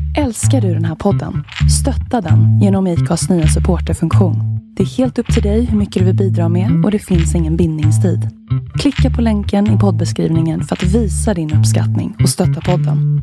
Älskar du den här podden? Stötta den genom IKAs nya supporterfunktion. Det är helt upp till dig hur mycket du vill bidra med och det finns ingen bindningstid. Klicka på länken i poddbeskrivningen för att visa din uppskattning och stötta podden.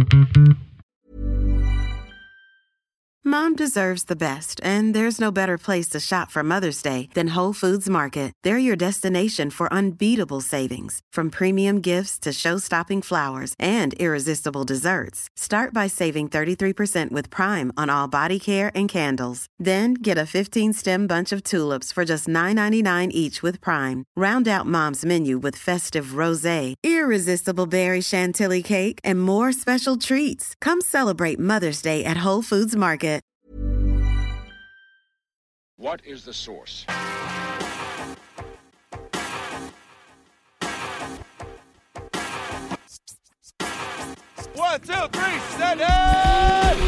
Mom deserves the best, and there's no better place to shop for Mother's Day than Whole Foods Market. They're your destination for unbeatable savings, from premium gifts to show-stopping flowers and irresistible desserts. Start by saving 33% with Prime on all body care and candles. Then get a 15-stem bunch of tulips for just $9.99 each with Prime. Round out Mom's menu with festive rosé, irresistible berry chantilly cake, and more special treats. Come celebrate Mother's Day at Whole Foods Market. What is the source? One, two, three, set it!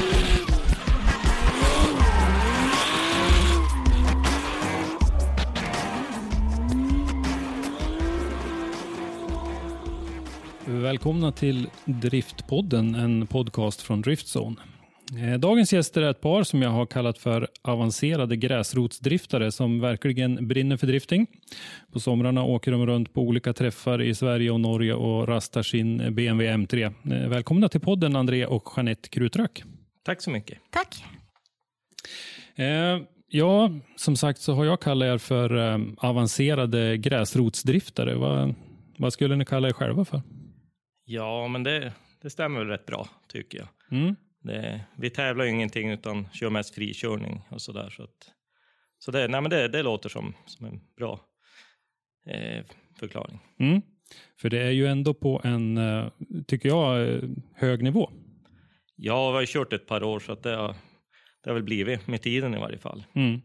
Välkomna till Driftpodden, en podcast från Driftzone. Dagens gäster är ett par som jag har kallat för avancerade gräsrotsdriftare som verkligen brinner för drifting. På somrarna åker de runt på olika träffar i Sverige och Norge och rastar sin BMW M3. Välkomna till podden André och Jeanette Krutrök. Tack så mycket. Tack. Ja, som sagt så har jag kallat er för avancerade gräsrotsdriftare. Vad skulle ni kalla er själva för? Ja, men det stämmer väl rätt bra tycker jag. Mm. Vi tävlar ju ingenting utan kör mest frikörning och sådär. Så det låter som en bra förklaring. Mm. För det är ju ändå på en, tycker jag, hög nivå. Ja, jag har kört ett par år så att det har väl blivit med tiden i varje fall. Mm.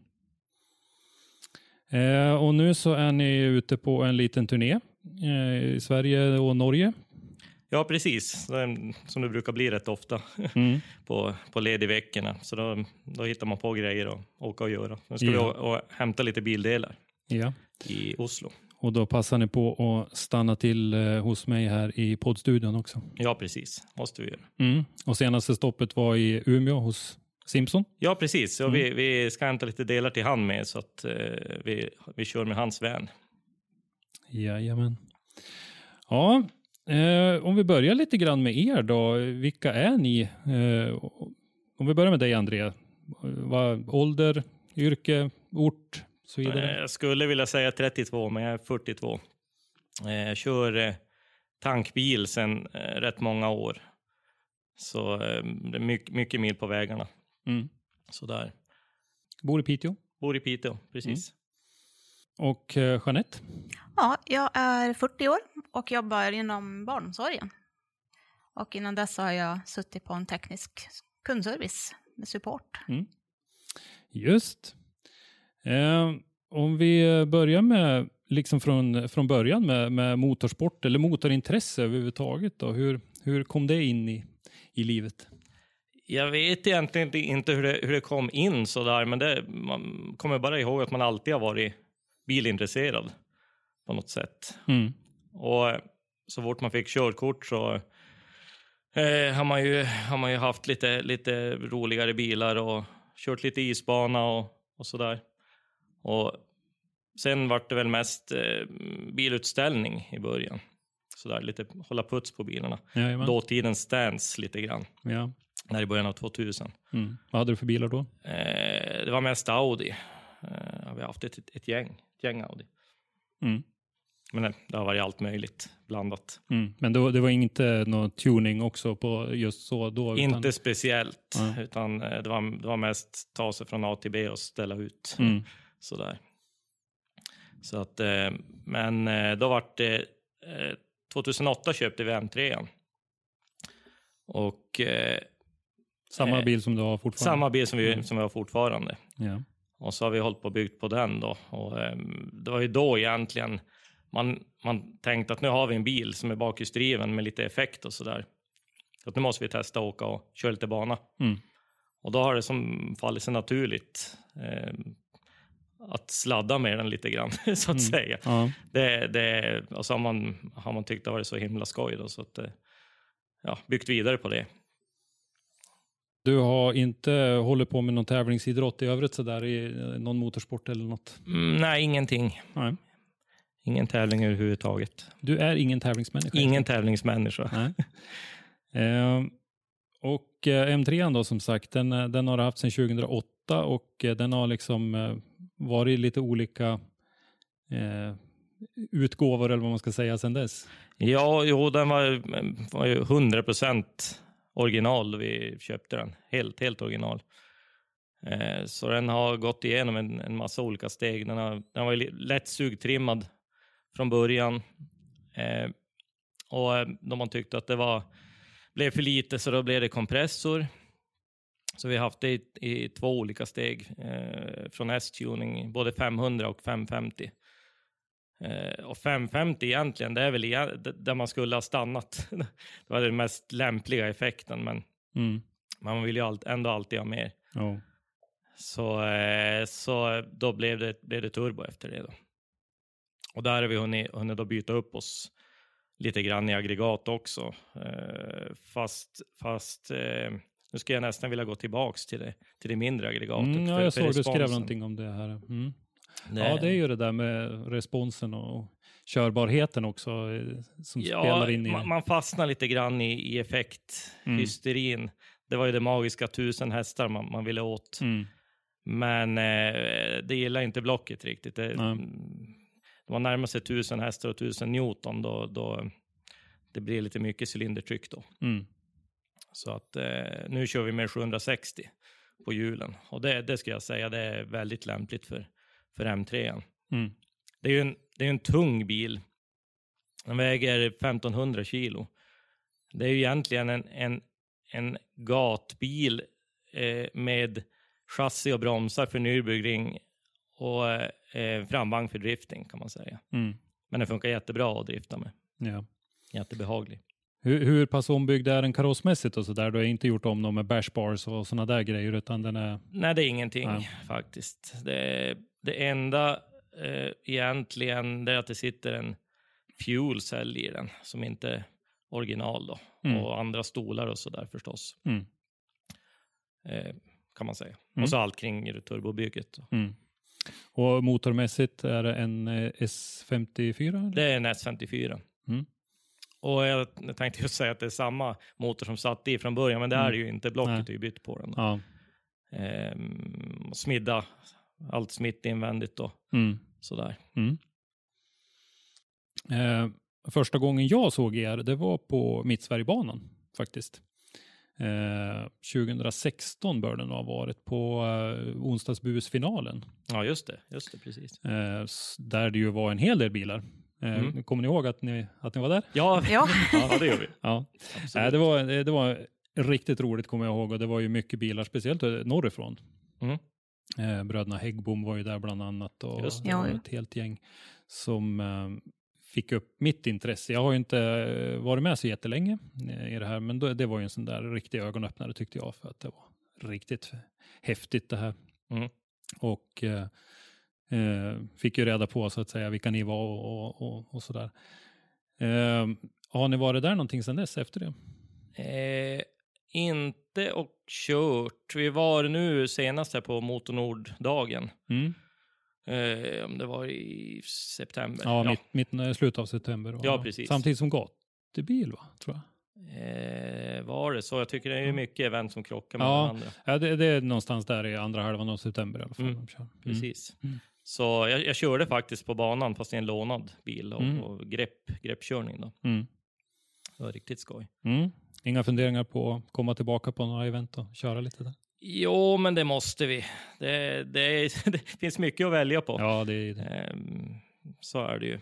Och nu så är ni ute på en liten turné i Sverige och Norge. Ja, precis. Som det brukar bli rätt ofta på ledigveckorna. Så då hittar man på grejer och åka och göra. Nu ska vi och hämta lite bildelar i Oslo. Och då passar ni på att stanna till hos mig här i poddstudion också. Ja, precis. Måste vi göra. Mm. Och senaste stoppet var i Umeå hos Simpson. Ja, precis. Så vi ska hämta lite delar till han med så att vi kör med hans vän. Jajamän. Ja, om vi börjar lite grann med er då. Vilka är ni? Om vi börjar med dig André. Ålder, yrke, ort, så vidare. Jag skulle vilja säga 32 men jag är 42. Jag kör tankbil sedan rätt många år. Så det är mycket mil på vägarna. Mm. Sådär. Bor i Piteå? Bor i Piteå, precis. Mm. Och Jeanette? Ja, jag är 40 år och jobbar inom barnomsorgen. Och innan dess har jag suttit på en teknisk kundservice med support. Mm. Just. Om vi börjar med liksom från början med motorsport eller motorintresse överhuvudtaget då. Hur kom det in i livet? Jag vet egentligen inte hur det kom in så där, men man kommer bara ihåg att man alltid har varit bilintresserad på något sätt. Mm. Och så fort man fick körkort så har man ju haft lite roligare bilar och kört lite isbana och sådär. Och sen var det väl mest bilutställning i början. Sådär lite hålla puts på bilarna. Jajamän. Dåtidens stands lite grann. Ja. När i början av 2000. Mm. Vad hade du för bilar då? Det var mest Audi. Vi har haft ett gäng Audi. Mm. Men det har varit allt möjligt blandat. Mm. Men det var inte någon tuning också på just så då? Inte speciellt. Utan det var mest ta sig från A till B och ställa ut. Mm. Sådär. Så att, men då var det 2008 köpte vi M3. Och samma bil som du har fortfarande? Samma bil som vi har fortfarande. Ja. Och så har vi hållit på och byggt på den då. Och det var ju då egentligen man tänkte att nu har vi en bil som är bakhjulsdriven med lite effekt och sådär. Så att nu måste vi testa att åka och köra lite bana. Mm. Och då har det som fallit sig naturligt att sladda med den lite grann så att säga. Ja. Och så har man tyckt det var så himla skoj då, så att byggt vidare på det. Du har inte hållit på med någon tävlingsidrott i övrigt så där i någon motorsport eller något? Nej, ingenting. Nej. Ingen tävling överhuvudtaget. Du är ingen tävlingsmänniska? Ingen tävlingsmänniska. Nej. Och M3 då som sagt, den har du haft sedan 2008 och den har liksom varit lite olika utgåvor eller vad man ska säga sedan dess. Ja, jo, den var ju 100% original då vi köpte den. Helt original. Så den har gått igenom en massa olika steg. Den var ju lätt sugtrimmad från början. Och då man tyckte att det blev för lite så då blev det kompressor. Så vi har haft det i 2 olika steg från S-tuning, både 500 och 550. Och 550 egentligen, det är väl där man skulle ha stannat. Det var den mest lämpliga effekten, men man vill ju ändå alltid ha mer. Oh. Så då blev det turbo efter det då. Och där har vi hunnit då byta upp oss lite grann i aggregat också. Fast nu ska jag nästan vilja gå tillbaks till det mindre aggregatet. Ja, jag såg du skrev någonting om det här. Ja, det är ju det där med responsen och körbarheten också som spelar in i... Man fastnar lite grann i effekthysterin. Det var ju det magiska 1000 hästar man ville åt. Men det gillar inte blocket riktigt. Det var närmare sig 1000 hästar och 1000 Newton då det blir lite mycket cylindertryck då. Så att nu kör vi med 760 på hjulen. Och det ska jag säga, det är väldigt lämpligt för M3. Det är ju en tung bil. Den väger 1500 kilo. Det är ju egentligen en gatbil med chassi och bromsar för Nürburgring och framvagn för drifting kan man säga. Men den funkar jättebra att drifta med. Ja. Jättebehaglig. Hur pass ombyggd är den karossmässigt och så där? Du har inte gjort om dem med bashbars och såna där grejer utan den är... Nej, det är ingenting faktiskt. Det enda egentligen det är att det sitter en fuel cell i den som inte är original då. Och andra stolar och så där förstås. Kan man säga. Och så allt kring turbobygget. Och motormässigt är det en S54? Eller? Det är en S54. Och jag tänkte just säga att det är samma motor som satt i från början. Men det är ju inte. Blocket är ju bytt på den. Ja. Smidda. Allt smitt invändigt då. Sådär. Första gången jag såg er, det var på Mittsverigebanan faktiskt. 2016 bör den ha varit på onsdagsbusfinalen. Ja, just det precis. Där det ju var en hel del bilar. Kommer ni ihåg att ni var där? Ja, det gör vi. Ja. Det var riktigt roligt kommer jag ihåg och det var ju mycket bilar, speciellt norrifrån. Bröderna Häggbom var ju där bland annat och det var ett helt gäng som fick upp mitt intresse. Jag har ju inte varit med så jättelänge i det här, men det var ju en sån där riktig ögonöppnare tyckte jag, för att det var riktigt häftigt det här. Och fick ju reda på så att säga vilka ni var och sådär. Har ni varit där någonting sedan dess efter det? Inte och kört. Vi var nu senast här på Motornord-dagen. Det var i september. Ja, slut av september. Ja, precis. Samtidigt som gatubil, va? Tror jag. Var det så? Jag tycker det är mycket event som krockar med varandra. Ja, det är någonstans där i andra halvan av september i alla fall. Precis. Så jag körde faktiskt på banan fast i en lånad bil och greppkörning då. Det var riktigt skoj. Inga funderingar på att komma tillbaka på några event och köra lite där? Jo, men det måste vi. Det finns mycket att välja på. Ja, det är det. Så är det ju.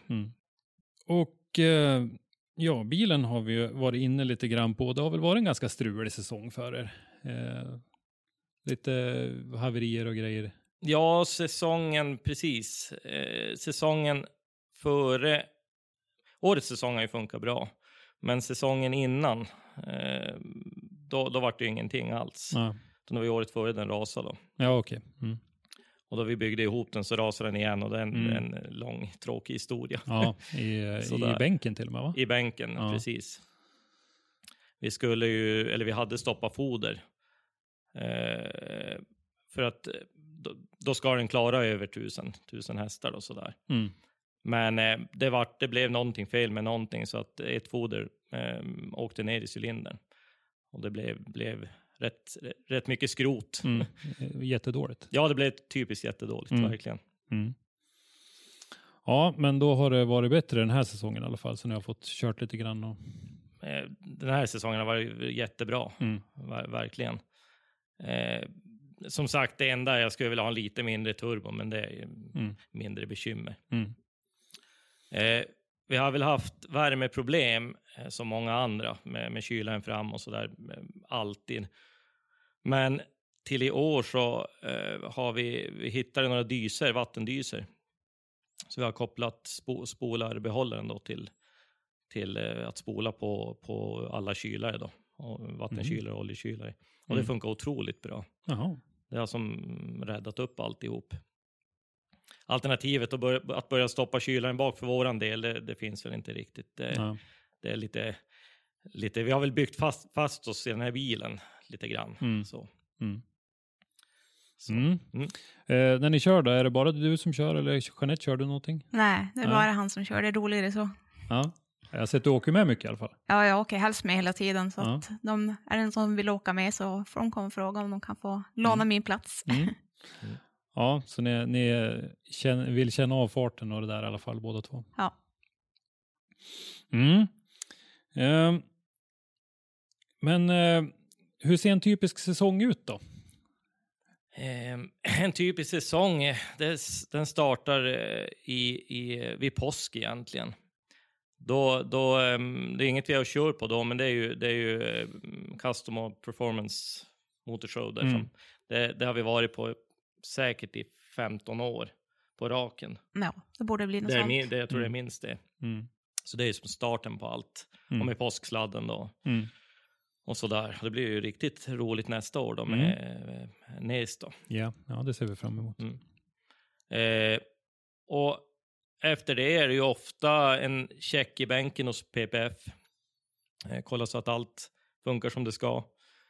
Och bilen har vi varit inne lite grann på. Det har väl varit en ganska strulig säsong för er. Lite haverier och grejer. Ja, säsongen, precis. Säsongen före... Årets säsong har ju funkat bra. Men säsongen innan, då var det ju ingenting alls. Ja. Då var vi året före den rasade då. Ja, okej. Och då vi byggde ihop den så rasade den igen och det är en lång, tråkig historia. Ja, i bänken till och med, va? I bänken, precis. Vi hade stoppat foder För att då ska den klara över 1000 hästar och sådär. Men det blev någonting fel med någonting så att ett foder åkte ner i cylindern. Och det blev rätt mycket skrot. Jättedåligt. Ja, det blev typiskt jättedåligt, verkligen. Ja, men då har det varit bättre den här säsongen i alla fall. Så ni har fått kört lite grann. Och... Den här säsongen har varit jättebra. Verkligen. Som sagt, det enda jag skulle vilja ha en lite mindre turbo. Men det är mindre bekymmer. Vi har väl haft värmeproblem som många andra. Med kylan fram och sådär. Alltid. Men till i år så har vi hittade några vattendyser. Så vi har kopplat spolarbehållaren då till att spola på alla kylare då. Och vattenkylare och oljekylare. Och det funkar otroligt bra. Jaha. Det har som räddat upp alltihop. Alternativet att börja stoppa kylaren bak för våran del, det finns väl inte riktigt. Det är lite, vi har väl byggt fast oss i den här bilen lite grann. Så. När ni kör då, är det bara du som kör eller Jeanette, kör du någonting? Nej, det är bara han som kör. Det är roligare så. Ja, jag har sett du åker med mycket i alla fall. Ja, jag åker helst med hela tiden. Så att är det någon som vill åka med så får de komma och fråga om de kan få låna min plats. Ja, så ni vill känna av farten och det där i alla fall, båda två. Ja. Men hur ser en typisk säsong ut då? En typisk säsong, den startar vid påsk egentligen. Då det är inget vi har kört på då, men det är ju Custom och Performance Motorshow där det har vi varit på säkert i 15 år på raken. Ja, det borde bli något sånt. Jag tror det är minst det. Så det är som starten på allt. Och med påsksladden då. Och sådär. Det blir ju riktigt roligt nästa år då med Nes då. Ja, det ser vi fram emot. Och efter det är det ju ofta en check i bänken hos PPF. Kolla så att allt funkar som det ska.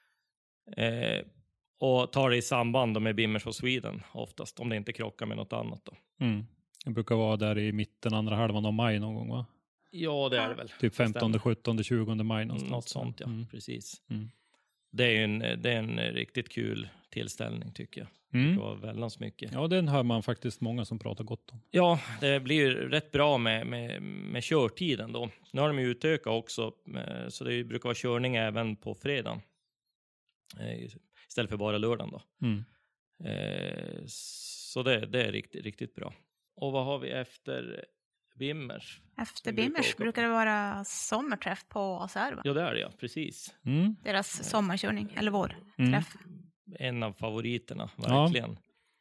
Och tar det i samband med Bimmers och Sweden oftast. Om det inte krockar med något annat då. Det brukar vara där i mitten, andra halvan av maj någon gång, va? Ja, det är det väl. Typ 15, 17, 20 maj någonstans. Något sånt, ja. Precis. Det är en riktigt kul tillställning tycker jag. Det var väldigt mycket. Ja, den hör man faktiskt många som pratar gott om. Ja, det blir rätt bra med körtiden då. Nu har de ju utökat också. Så det brukar vara körning även på fredagen. Istället för bara lördagen då. Så det är riktigt, riktigt bra. Och vad har vi efter Bimmers? Efter Bimmers brukar det vara sommarträff på ACR, va? Ja, det är det, ja. Precis. Deras sommarkörning, eller vår träff. En av favoriterna, verkligen.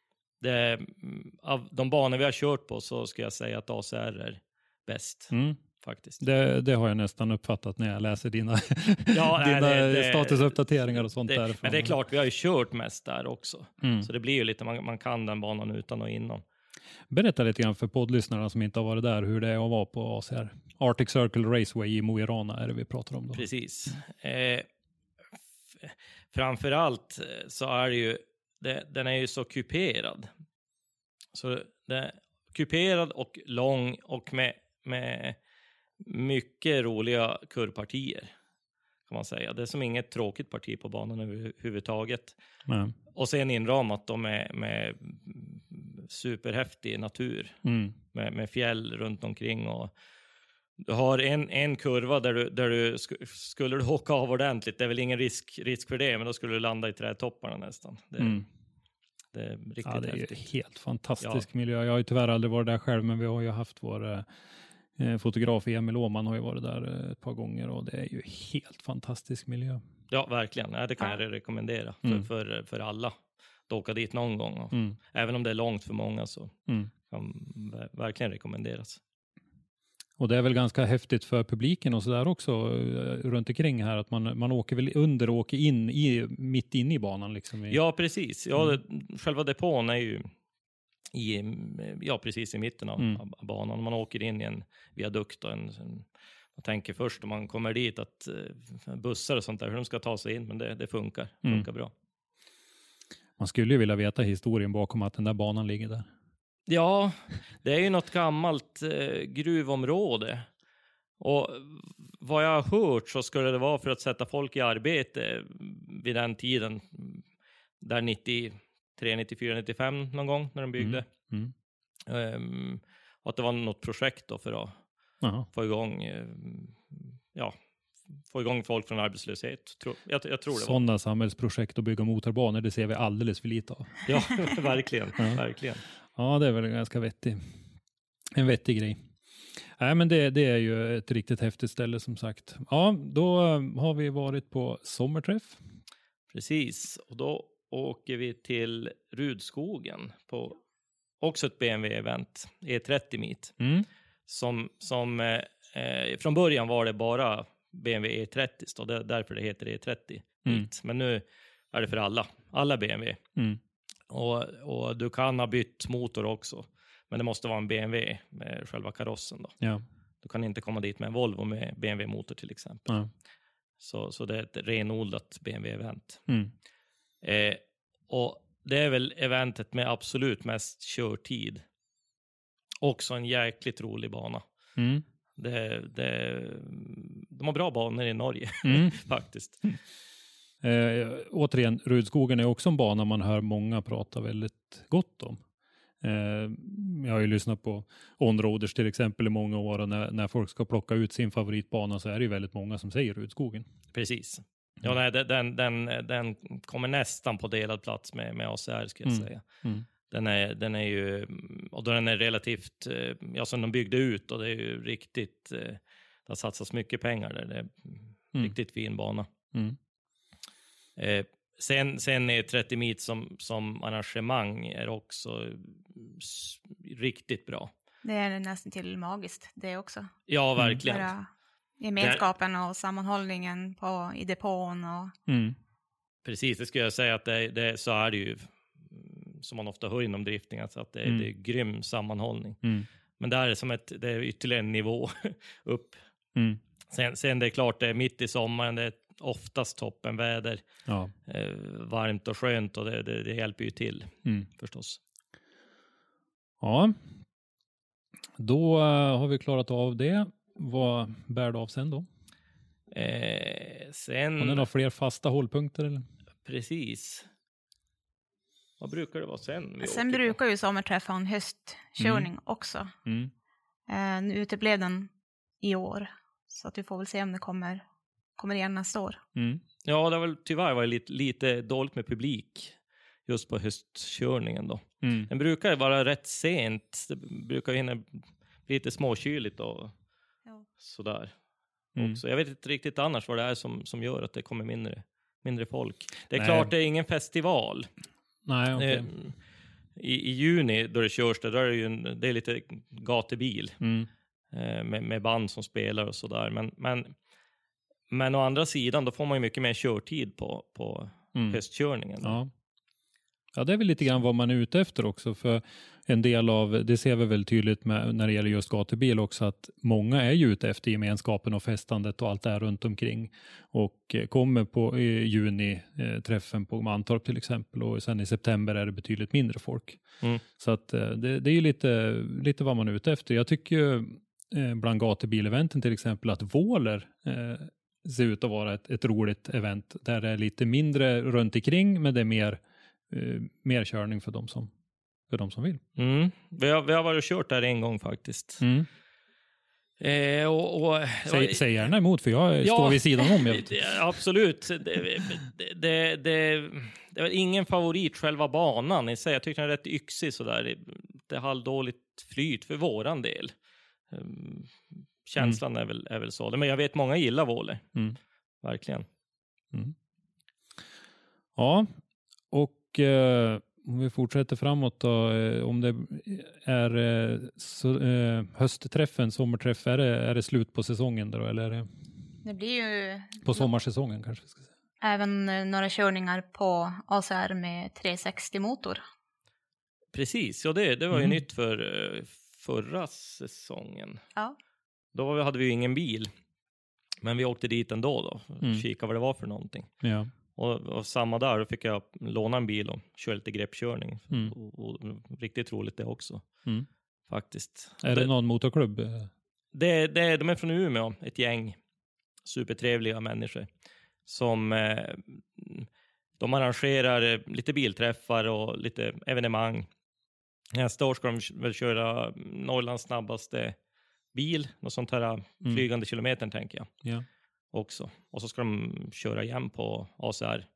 Av de banor vi har kört på så ska jag säga att ACR är bäst. Faktiskt. Det har jag nästan uppfattat när jag läser dina statusuppdateringar och sånt därifrån. Men det är klart, vi har ju kört mest där också. Så det blir ju lite, man kan den banan utan och innan. Berätta lite grann för poddlyssnarna som inte har varit där hur det är att vara på ACR. Arctic Circle Raceway i Mo i Rana är det vi pratar om då. Precis. Framförallt så är det ju, den är ju så kuperad. Så det är kuperad och lång och med mycket roliga kurvpartier kan man säga. Det är som inget tråkigt parti på banan överhuvudtaget. Och sen inramat då med superhäftig natur. Med fjäll runt omkring. Och du har en kurva där du skulle du åka av ordentligt. Det är väl ingen risk för det, men då skulle du landa i trädtopparna nästan. Det är riktigt häftigt. Det är ju helt fantastisk miljö. Jag har ju tyvärr aldrig varit där själv, men vi har ju haft vår fotograf Emil Åman har ju varit där ett par gånger och det är ju helt fantastisk miljö. Ja, verkligen. Det kan jag rekommendera för alla. Att åka dit någon gång. Och även om det är långt för många så kan verkligen rekommenderas. Och det är väl ganska häftigt för publiken och sådär också runt omkring här att man åker väl under och åker in mitt in i banan liksom. Ja, precis. Ja, själva depån är ju precis i mitten av banan. Man åker in i en viadukt och jag tänker först om man kommer dit att bussar och sånt där, hur de ska ta sig in, men det funkar bra. Man skulle ju vilja veta historien bakom att den där banan ligger där. Ja, det är ju något gammalt gruvområde. Och vad jag har hört så skulle det vara för att sätta folk i arbete vid den tiden. Där 93, 94, 95 någon gång när de byggde. Och att det var något projekt då för att få igång folk från arbetslöshet. Jag tror det var. Sådana samhällsprojekt att bygga motorbanor, det ser vi alldeles för lite av. Ja, verkligen. Verkligen. Ja, det är väl en vettig grej. Nej, men det är ju ett riktigt häftigt ställe som sagt. Ja, då har vi varit på sommarträff. Precis, och då åker vi till Rudskogen på också ett BMW-event, E30 Meet. Som från början var det bara BMW E30, så det är därför det heter E30 Meet. Men nu är det för alla BMW. Och du kan ha bytt motor också. Men det måste vara en BMW med själva karossen då. Ja. Du kan inte komma dit med en Volvo med BMW-motor till exempel. Ja. Så det är ett renodlat BMW-event. Och det är väl eventet med absolut mest körtid. Också en jäkligt rolig bana. De har bra banor i Norge faktiskt. Återigen, Rudskogen är också en bana man hör många prata väldigt gott om. Jag har ju lyssnat på onroaders till exempel i många år, och när folk ska plocka ut sin favoritbana så är det ju väldigt många som säger Rudskogen. Precis. Ja, nej, den kommer nästan på delad plats med ACR ska jag säga. Den är ju, och då den är relativt, som de byggde ut, och det är ju riktigt, det har satsats mycket pengar där. Det är riktigt fin bana. Sen är 30 Meet som arrangemang är också riktigt bra. Det är nästan till magiskt det också. Ja, verkligen. Bara gemenskapen och sammanhållningen i depån. Och... Precis, det skulle jag säga att det så är det ju som man ofta hör inom drifting, alltså att det är grym sammanhållning. Men det är det är ytterligare en nivå upp. Sen det är klart, det är mitt i sommaren, det är oftast toppenväder. Ja. Varmt och skönt, och det hjälper ju till förstås. Ja, då har vi klarat av det. Vad bär det av sen då? Sen... Har ni några fler fasta hållpunkter? Eller? Precis. Vad brukar det vara sen? Sen brukar ju sommarträff ha en höstkörning också. Nu uteblev den i år. Så att vi får väl se om det kommer igen nästa år. Ja, det har väl tyvärr varit lite dåligt med publik just på höstkörningen då. Den brukar vara rätt sent. Det brukar hinna bli lite småkyligt och sådär. Också. Jag vet inte riktigt annars vad det är som gör att det kommer mindre folk. Det är klart, det är ingen festival. Nej, okay. I juni då det körs där är det ju det är lite gatebil med band som spelar och sådär. Men å andra sidan då får man ju mycket mer körtid på höstkörningen. Ja, det är väl lite grann vad man är ute efter också, för en del av, det ser vi väl tydligt när det gäller just gatubil också, att många är ju ute efter gemenskapen och festandet och allt det här runt omkring, och kommer på juni träffen på Mantorp till exempel, och sen i september är det betydligt mindre folk. Så att det är ju lite vad man är ute efter. Jag tycker ju bland gatubileventen till exempel att Våler ser ut att vara ett roligt event där det är lite mindre runt omkring, men det är mer körning för de som vill. Vi har varit och kört där en gång faktiskt. Säg gärna emot, för jag står vid sidan om. Absolut. Det är väl ingen favorit själva banan i sig. Jag tycker den är rätt yxig sådär. Det är halvdåligt flyt för våran del. Känslan är väl så. Men jag vet många gillar Våle. Verkligen. Ja, och om vi fortsätter framåt då, om det är höstträffen, sommarträff, är det slut på säsongen då, eller är det? Det blir ju på sommarsäsongen kanske vi ska säga. Även några körningar på ACR med 360 motor. Precis, ja det var ju nytt för förra säsongen. Ja. Då hade vi ju ingen bil. Men vi åkte dit ändå då. Kika vad det var för någonting. Ja. Och samma där, då fick jag låna en bil och köra lite greppkörning. Och riktigt roligt det också. Faktiskt. Är det någon motorklubb? De är från Umeå, ett gäng supertrevliga människor. Som de arrangerar lite bilträffar och lite evenemang. Nästa år ska de väl köra Norrlands snabbaste bil. Något sånt här flygande kilometer tänker jag. Ja. Också. Och så ska de köra igen på ACR.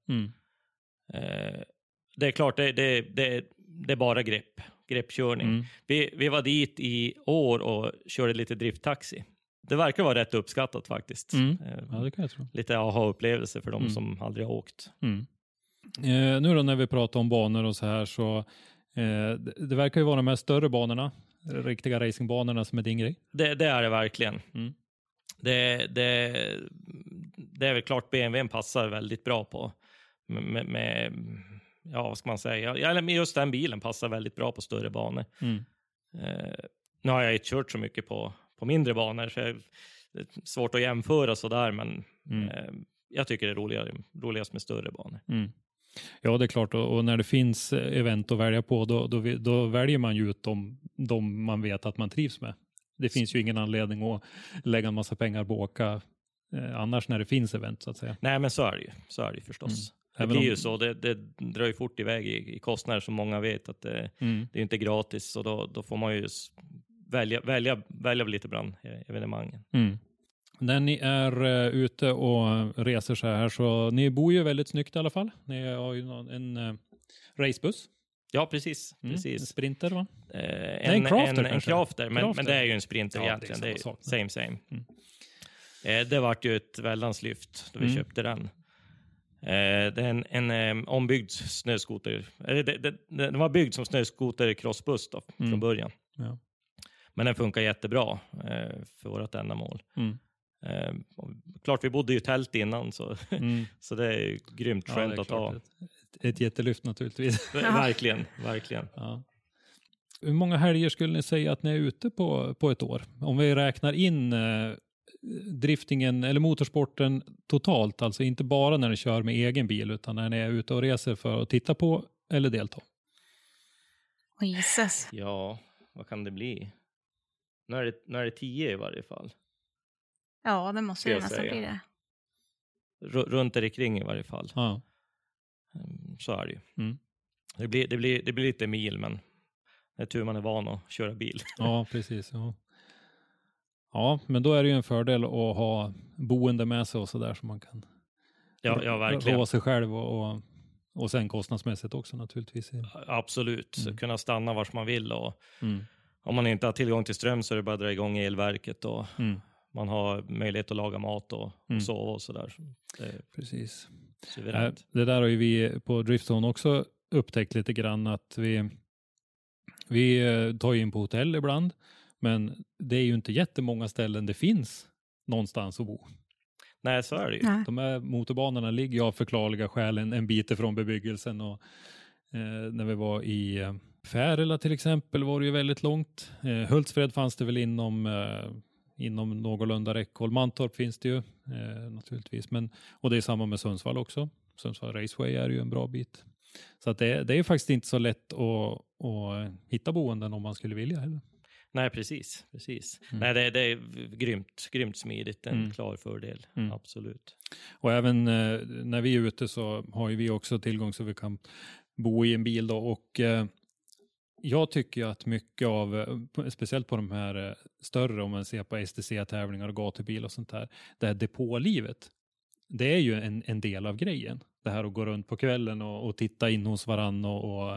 Det är klart, det är bara greppkörning. Vi var dit i år och körde lite drifttaxi. Det verkar vara rätt uppskattat faktiskt. Ja, det kan jag tro. Lite aha-upplevelse för de som aldrig har åkt. Nu då när vi pratar om banor och så här så det verkar ju vara de här större banorna, riktiga racingbanorna som är din grej. Det är det verkligen. Det är väl klart BMW passar väldigt bra på med ja, vad ska man säga? Ja, just den bilen passar väldigt bra på större banor. Nu har jag inte kört så mycket på mindre banor så det är svårt att jämföra sådär, men jag tycker det är roligast med större banor. Ja, det är klart. Och när det finns event att välja på då väljer man ju ut de man vet att man trivs med. Det finns ju ingen anledning att lägga en massa pengar på att åka annars när det finns event så att säga. Nej, men så är det ju förstås. Det blir ju så. Det drar ju fort iväg i kostnader som många vet att det är inte gratis. Och då får man ju välja lite bland evenemangen. När ni är ute och reser så här så ni bor ju väldigt snyggt i alla fall. Ni har ju en racebuss. Ja, precis. En Sprinter va? En Crafter kanske? En Crafter, men det är ju en Sprinter egentligen. Det är same. Det vart ju ett väldans lyft då vi köpte den. Det är en ombyggd snöskoter. Den var byggd som snöskoter crossbuss då, från början. Ja. Men den funkar jättebra för vårt ändamål. Klart vi bodde ju i tält innan så det är grymt skönt att ha. Ett jättelyft naturligtvis. Verkligen. Ja. Hur många helger skulle ni säga att ni är ute på ett år? Om vi räknar in driftingen eller motorsporten totalt, alltså inte bara när ni kör med egen bil utan när ni är ute och reser för att titta på eller delta. Jesus. Ja, vad kan det bli? Nu är det 10 i varje fall. Ja, det måste ju nästan bli det. Runt där kring i varje fall. Ja. Så är det ju. Det blir lite mil, men det är tur man är van att köra bil. Ja, precis. Ja, men då är det ju en fördel att ha boende med sig och så där så man kan verkligen rå sig själv och sen kostnadsmässigt också naturligtvis. Absolut, kunna stanna var man vill och om man inte har tillgång till ström så är det bara att dra igång elverket och man har möjlighet att laga mat och sova och sådär. Precis. Suveränt. Det där har ju vi på Driftzone också upptäckt lite grann att vi tar in på hotell ibland, men det är ju inte jättemånga ställen det finns någonstans att bo. Nej, så är det ju. Nej. De här motorbanorna ligger av förklarliga skäl en bit ifrån bebyggelsen och när vi var i Färila till exempel var det ju väldigt långt. Hultsfred fanns det väl inom någorlunda räckhåll. Mantorp finns det ju naturligtvis. Och det är samma med Sundsvall också. Sundsvall Raceway är ju en bra bit. Så att det är faktiskt inte så lätt att hitta boenden om man skulle vilja heller. Nej, precis. Nej, det är grymt smidigt. En klar fördel, absolut. Och även när vi är ute så har ju vi också tillgång så vi kan bo i en bil då. Och jag tycker att mycket av, speciellt på de här större, om man ser på STC-tävlingar och gatubil och sånt där, det här depålivet, det är ju en del av grejen. Det här att gå runt på kvällen och titta in hos varann och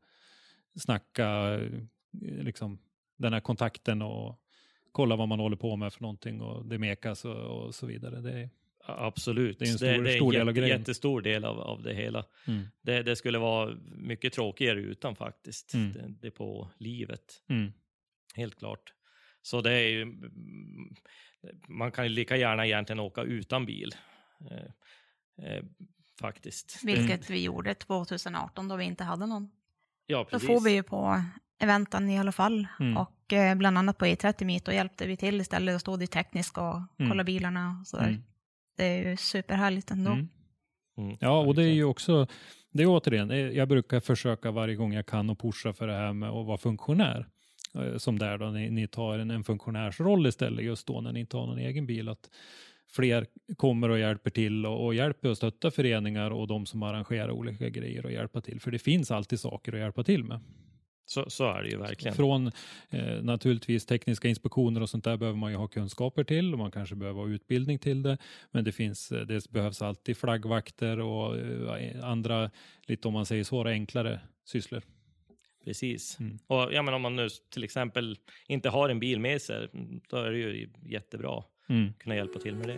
snacka liksom den här kontakten och kolla vad man håller på med för någonting och det mekas och så vidare. Det är, absolut. Det är en stor del av grejen. Jättestor del av det hela. Det skulle vara mycket tråkigare utan faktiskt. Det på livet. Helt klart. Så det är ju, man kan ju lika gärna egentligen åka utan bil. Faktiskt. Vilket vi gjorde 2018 då vi inte hade någon. Ja, precis. Då får vi ju på eventen i alla fall. Och bland annat på E30 Meet och hjälpte vi till istället och stod i teknisk och kolla bilarna och sådär. Det är ju superhärligt ändå. Ja, och det är ju också, det är återigen, jag brukar försöka varje gång jag kan och pusha för det här med att vara funktionär. Som där då, ni tar en funktionärsroll istället just då när ni inte har någon egen bil. Att fler kommer och hjälper till och hjälper och stöttar föreningar och de som arrangerar olika grejer och hjälpa till. För det finns alltid saker att hjälpa till med. Så är det ju verkligen. Från naturligtvis tekniska inspektioner och sånt där behöver man ju ha kunskaper till och man kanske behöver ha utbildning till det. Men det behövs alltid flaggvakter och andra, lite om man säger så, enklare sysslor. Precis. Och ja, men om man nu till exempel inte har en bil med sig, då är det ju jättebra att kunna hjälpa till med det.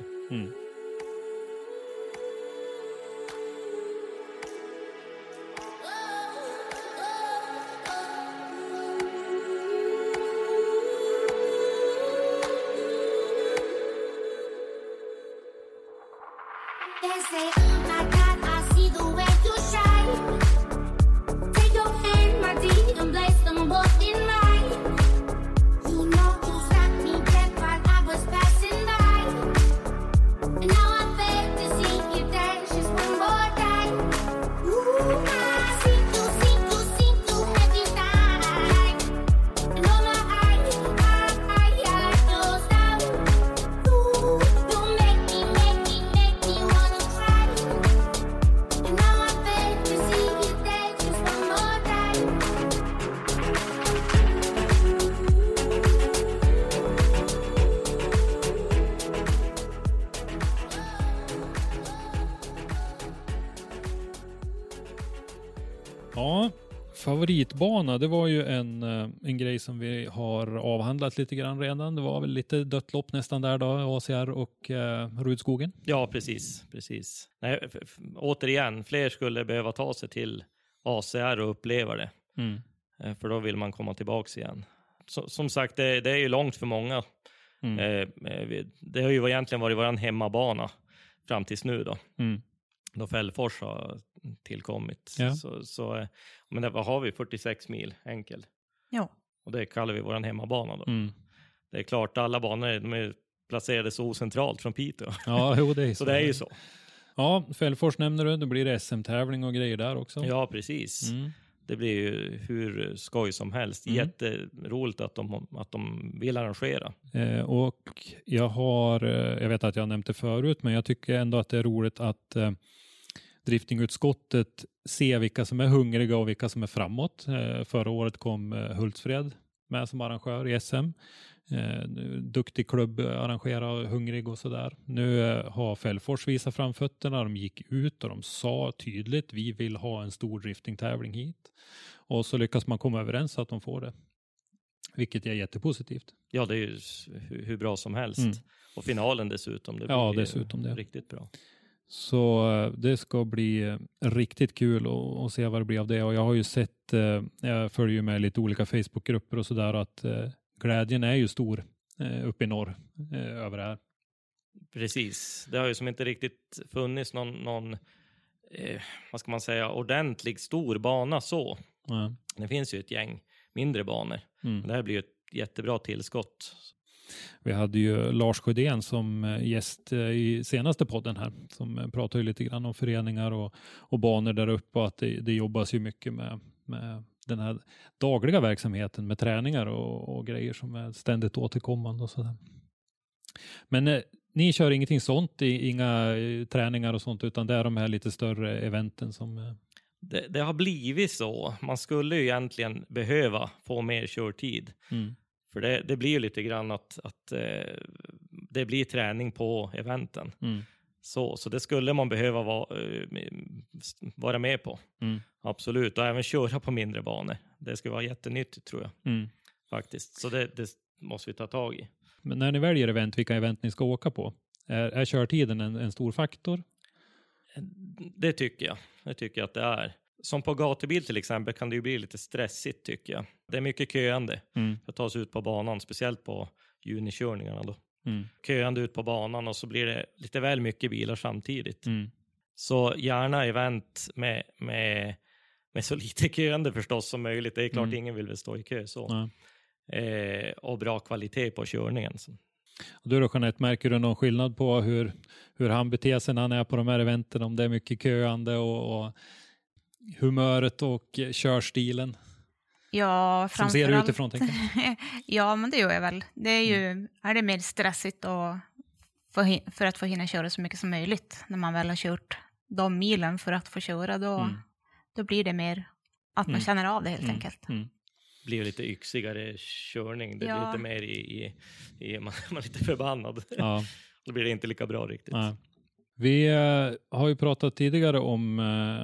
They say, oh my God, I see the way you shine. Take your hand, my dear, and place them both in mine. You know you stopped me dead while I was passing by. And now I beg to see you dance just one more time. Ooh, I see you every time. And oh my, I like your style. Ooh, you make me wanna cry. And now I beg to see you dance just one more time. Ja, favoritbana, det var ju en grej som vi har avhandlat lite grann redan. Det var väl lite dött lopp nästan där då, ACR och Rudskogen. Ja, precis. Nej, återigen, fler skulle behöva ta sig till ACR och uppleva det. För då vill man komma tillbaka igen. Som sagt, det är ju långt för många. Det har ju egentligen varit vår hemmabana fram tills nu då. Då Fällfors har tillkommit. Ja. Men vad har vi? 46 mil enkel. Ja. Och det kallar vi vår hemmabana då. Det är klart, alla banor de är placerade så ocentralt från Piteå. Ja, jo, det är så. Så det är ju så. Ja, Fällfors nämner du. Då blir det SM-tävling och grejer där också. Ja, precis. Det blir ju hur skoj som helst. Jätteroligt att de vill arrangera. Och jag vet att jag nämnde förut, men jag tycker ändå att det är roligt att driftingutskottet ser vilka som är hungriga och vilka som är framåt. Förra året kom Hultsfred med som arrangör i SM. Duktig klubb arrangerar hungrig och sådär. Nu har Fällfors visat framfötterna. De gick ut och de sa tydligt vi vill ha en stor driftingtävling hit. Och så lyckas man komma överens så att de får det. Vilket är jättepositivt. Ja, det är ju hur bra som helst. Och finalen dessutom. Det blir dessutom det. Riktigt bra. Så det ska bli riktigt kul att se vad det blir av det. Och jag har ju sett, jag följer ju med lite olika Facebookgrupper och sådär, att glädjen är ju stor uppe i norr över det här. Precis. Det har ju som inte riktigt funnits någon vad ska man säga, ordentlig stor bana så. Det finns ju ett gäng mindre banor. Det här blir ju ett jättebra tillskott. Vi hade ju Lars Sjödén som gäst i senaste podden här, som pratar ju lite grann om föreningar och banor där uppe, och att det jobbas ju mycket med den här dagliga verksamheten med träningar och grejer som är ständigt återkommande och sådär. Men ni kör ingenting sånt, inga träningar och sånt, utan det är de här lite större eventen som... Det har blivit så. Man skulle ju egentligen behöva få mer körtid. För det blir ju lite grann att det blir träning på eventen. Så det skulle man behöva vara med på. Absolut. Och även köra på mindre banor. Det skulle vara jättenyttigt, tror jag. Faktiskt. Så det måste vi ta tag i. Men när ni väljer event, vilka event ni ska åka på? Är körtiden en stor faktor? Det tycker jag. Det tycker jag att det är. Som på gatubil till exempel kan det ju bli lite stressigt, tycker jag. Det är mycket köande för att ta sig ut på banan. Speciellt på junikörningarna då. Köande ut på banan och så blir det lite väl mycket bilar samtidigt. Så gärna event med så lite köande förstås som möjligt. Det är klart ingen vill väl stå i kö så. Och bra kvalitet på körningen. Och du då, Jeanette, märker du någon skillnad på hur han beter sig när han är på de här eventen? Om det är mycket köande och humöret och körstilen? Ja, som ser utifrån, tänker jag. Ja, men det gör jag väl. Det är ju är det mer stressigt och för att få hinna köra så mycket som möjligt när man väl har kört de milen för att få köra. Då blir det mer att man känner av det helt enkelt. Blir lite yxigare körning. Det blir lite mer man är lite förbannad. Ja. Då blir det inte lika bra riktigt. Ja. Vi har ju pratat tidigare om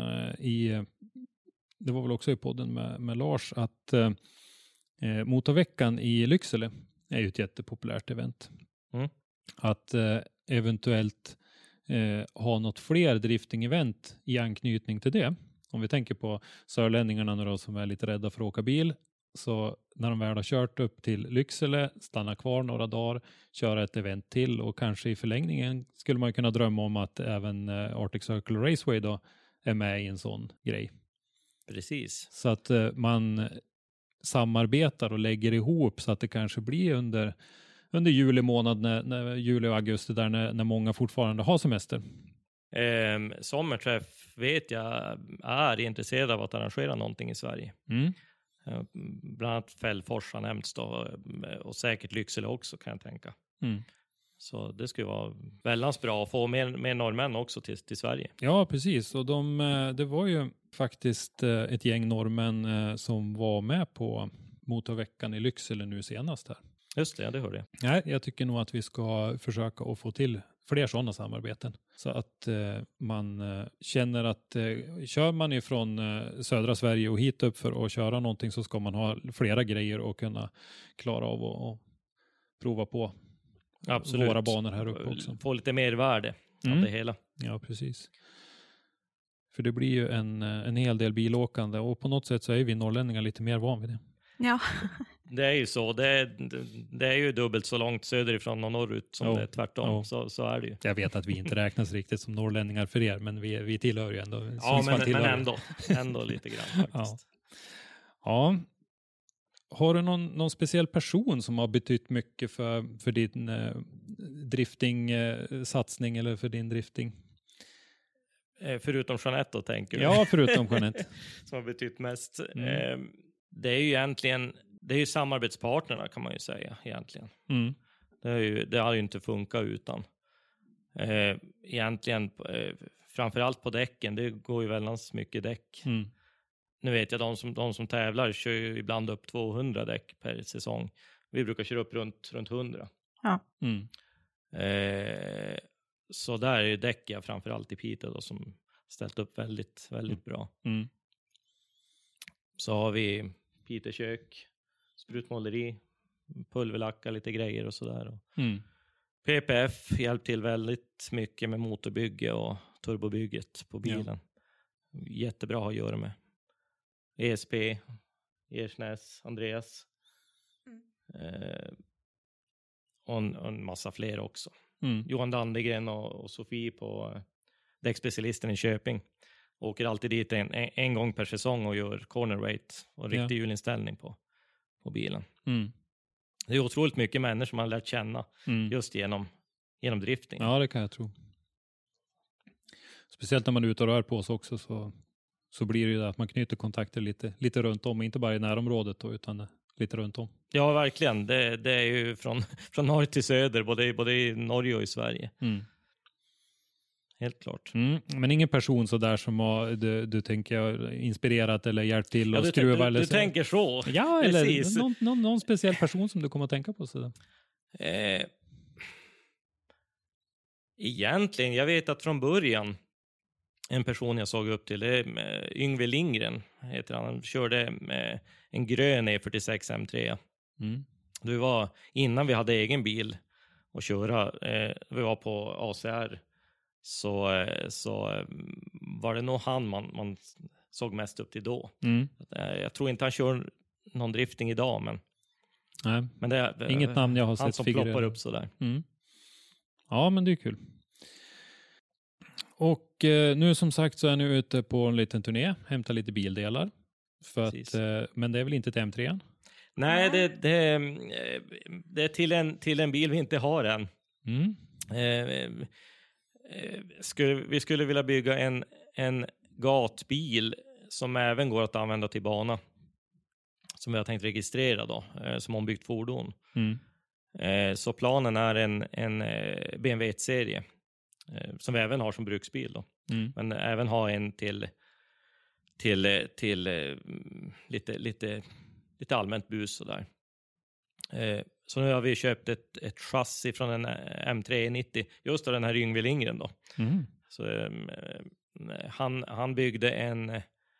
det var väl också i podden med Lars att motorveckan i Lycksele är ju ett jättepopulärt event. Att eventuellt ha något fler drifting-event i anknytning till det. Om vi tänker på sörlänningarna nu då, som är lite rädda för att åka bil, så när de väl har kört upp till Lycksele, stanna kvar några dagar, köra ett event till, och kanske i förlängningen skulle man kunna drömma om att även Arctic Circle Raceway då är med i en sån grej. Precis. Så att man samarbetar och lägger ihop så att det kanske blir under juli månad, när juli och augusti, där när många fortfarande har semester. Sommarträff vet jag är intresserad av att arrangera någonting i Sverige. Bland annat Fällfors har nämnts då, och säkert Lycksele också, kan jag tänka. Så det skulle vara väldigt bra att få mer norrmän också till Sverige. Ja, precis. Och det var ju faktiskt ett gäng norrmän som var med på motorveckan i Lycksele nu senast här. Just det, det hörde jag. Nej, jag tycker nog att vi ska försöka att få till fler sådana samarbeten. Så att man känner att kör man ifrån södra Sverige och hit upp för att köra någonting, så ska man ha flera grejer och kunna klara av och prova på. Absolut. Våra banor här uppe också. Få lite mer värde av det hela. Ja, precis. För det blir ju en hel del bilåkande, och på något sätt så är vi norrlänningar lite mer van vid det. Ja. Det är ju så. Det är ju dubbelt så långt söderifrån och norrut som det är tvärtom. Så är det ju. Jag vet att vi inte räknas riktigt som norrlänningar för er, men vi tillhör ju ändå. Ja, men ändå lite grann faktiskt. Ja. Har du någon speciell person som har betytt mycket för din drifting-satsning eller för din drifting? Förutom Jeanette då, tänker du? Ja, förutom Jeanette. Som har betytt mest. Det är ju egentligen, det är ju samarbetspartnerna, kan man ju säga egentligen. Det har ju inte funkat utan. Egentligen framförallt på däcken, det går ju väldigt mycket däck. Nu vet jag, de som tävlar kör ju ibland upp 200 däck per säsong. Vi brukar köra upp runt 100. Ja. Så där är ju däck framförallt i Piteå då, som ställt upp väldigt, väldigt bra. Så har vi Piteåkök, sprutmåleri, pulverlacka, lite grejer och sådär. PPF hjälpt till väldigt mycket med motorbygge och turbobygget på bilen. Jättebra att göra med. ESP, Ersnäs, Andreas. Och en massa fler också. Johan Dandegren och Sofie på däckspecialisten i Köping. Åker alltid dit en gång per säsong och gör corner weight och riktig hjulinställning på bilen. Det är otroligt mycket människor som man har lärt känna just genom drifting. Ja, det kan jag tro. Speciellt när man är ute och rör på sig också, så blir det ju att man knyter kontakter lite runt om, inte bara i närområdet då, utan lite runt om. Ja, verkligen. Det är ju från norr till söder, både i Norge och i Sverige. Helt klart. Men ingen person så där som du tänker inspirerat eller hjälpt till att skruva? Du tänker så? Ja, precis. Eller någon speciell person som du kommer att tänka på? Så egentligen, jag vet att från början en person jag såg upp till, det är Yngve Lindgren heter han. Han körde med en grön E46 M3. Det var innan vi hade egen bil att köra. Vi var på ACR. Så var det nog han man såg mest upp till då. Jag tror inte han kör någon drifting idag, men nej, men det är inget namn jag har sett som ploppar upp sådär. Ja, men det är kul. Och nu som sagt så är ni ute på en liten turné, hämta lite bildelar. Men det är väl inte ett M3? Nej, det är till en bil vi inte har än. Vi skulle vilja bygga en gatbil som även går att använda till bana. Som vi har tänkt registrera då, som ombyggt fordon. Så planen är en BMW 1-serie. Som vi även har som bruksbil då. Men även ha en till lite allmänt bus och där. Så nu har vi köpt ett chassi från en M390, just av den här Yngve Lindgren då. Så han byggde en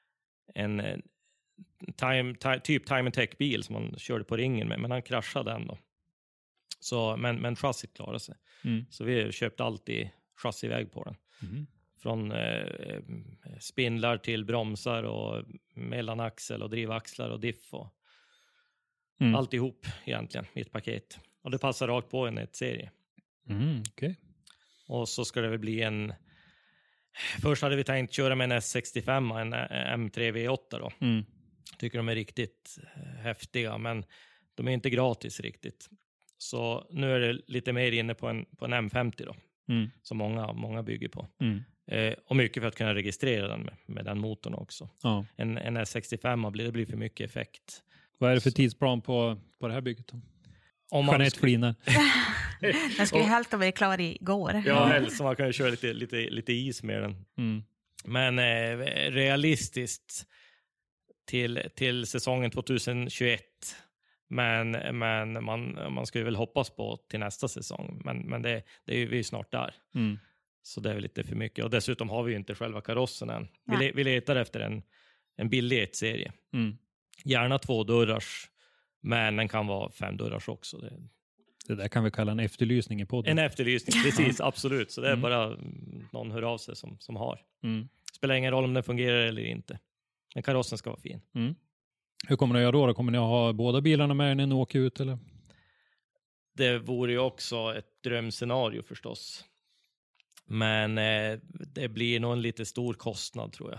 typ Time and Tech bil som han körde på ringen med, men han kraschade den då. Så men chassit klarade sig. Så vi köpte alltid chassiväg på den. Från spindlar till bromsar och mellanaxel och drivaxlar och diff och alltihop egentligen i ett paket. Och det passar rakt på en serie. Okay. Och så ska det väl bli först hade vi tänkt köra med en S65, en M3 V8 då. Tycker de är riktigt häftiga, men de är inte gratis riktigt. Så nu är det lite mer inne på en M50 då. Som många bygger på. Och mycket för att kunna registrera den med den motorn också. Ja. En S65 det blir för mycket effekt. Vad är det för tidsplan på det här bygget då? Jeanette flinar. Den skulle helt ha varit klar igår. Ja, så man kan ju köra lite is med den. Men realistiskt till säsongen 2021. Men man skulle väl hoppas på till nästa säsong. Men det är ju vi är snart där. Så det är väl lite för mycket. Och dessutom har vi ju inte själva karossen än. Vi letar efter en billig 1-serie. Gärna 2-dörrars. Men den kan vara 5-dörrars också. Det där kan vi kalla en efterlysning i podden. En efterlysning, precis, absolut. Så det är bara någon hör av sig som har. Spelar ingen roll om den fungerar eller inte. Men karossen ska vara fin. Hur kommer ni att göra då? Kommer ni att ha båda bilarna med när ni åker ut eller? Det vore ju också ett drömscenario förstås. Men det blir nog en lite stor kostnad tror jag.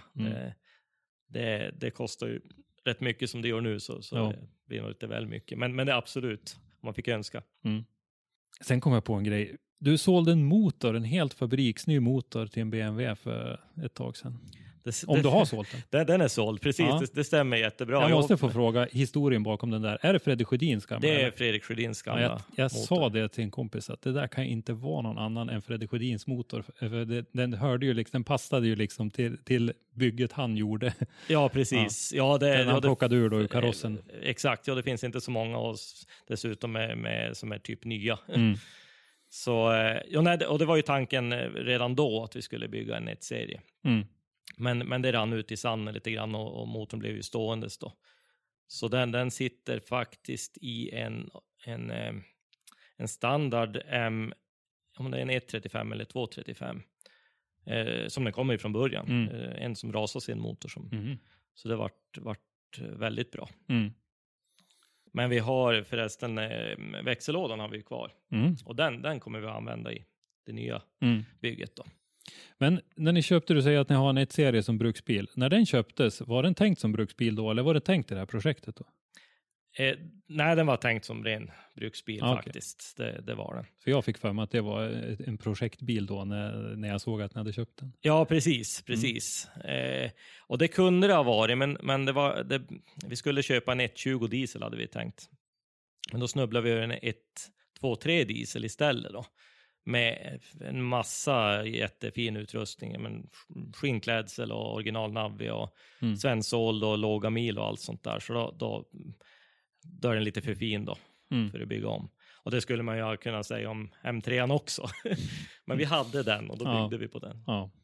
Det kostar ju rätt mycket som det gör nu så det blir nog lite väl mycket. Men det är absolut, om man fick önska. Sen kom jag på en grej. Du sålde en helt fabriksny motor till en BMW för ett tag sedan. Om du har sålt den. Den är såld, precis. Ja. Det stämmer jättebra. Jag måste få fråga historien bakom den där. Är det Fredrik Sjödins gamla? Det är Fredrik Sjödins gamla jag sa det till en kompis att det där kan inte vara någon annan än Fredrik Sjödins motor. För den hörde ju liksom, den passade ju liksom till bygget han gjorde. Ja, precis. Ja, den han plockade ur då ur karossen. Exakt, ja det finns inte så många av oss dessutom som är typ nya. Så, och det var ju tanken redan då att vi skulle bygga en 1-serie. Men det rann ut i sanden lite grann och motorn blev ju ståendes då. Så den sitter faktiskt i en standard om det är en 135 eller 235 som den kommer ifrån början. En som rasar sin motor. Så det vart väldigt bra. Men vi har förresten växellådan har vi kvar. Och den kommer vi att använda i det nya bygget då. Men när ni köpte, du säger att ni har en 1-serie som bruksbil. När den köptes, var den tänkt som bruksbil då? Eller var det tänkt i det här projektet då? Nej, den var tänkt som ren bruksbil faktiskt. Det var den. För jag fick för mig att det var en projektbil då när jag såg att ni hade köpt den. Ja, precis. Och det kunde det ha varit, men vi skulle köpa en 120 diesel hade vi tänkt. Men då snubblade vi över en 123 diesel istället då. Med en massa jättefin utrustning. Men skinnklädsel och originalnavi och svensåld och låga mil och allt sånt där. Så då är den lite för fin då. För att bygga om. Och det skulle man ju kunna säga om M3 också. Men vi hade den och då byggde vi på den.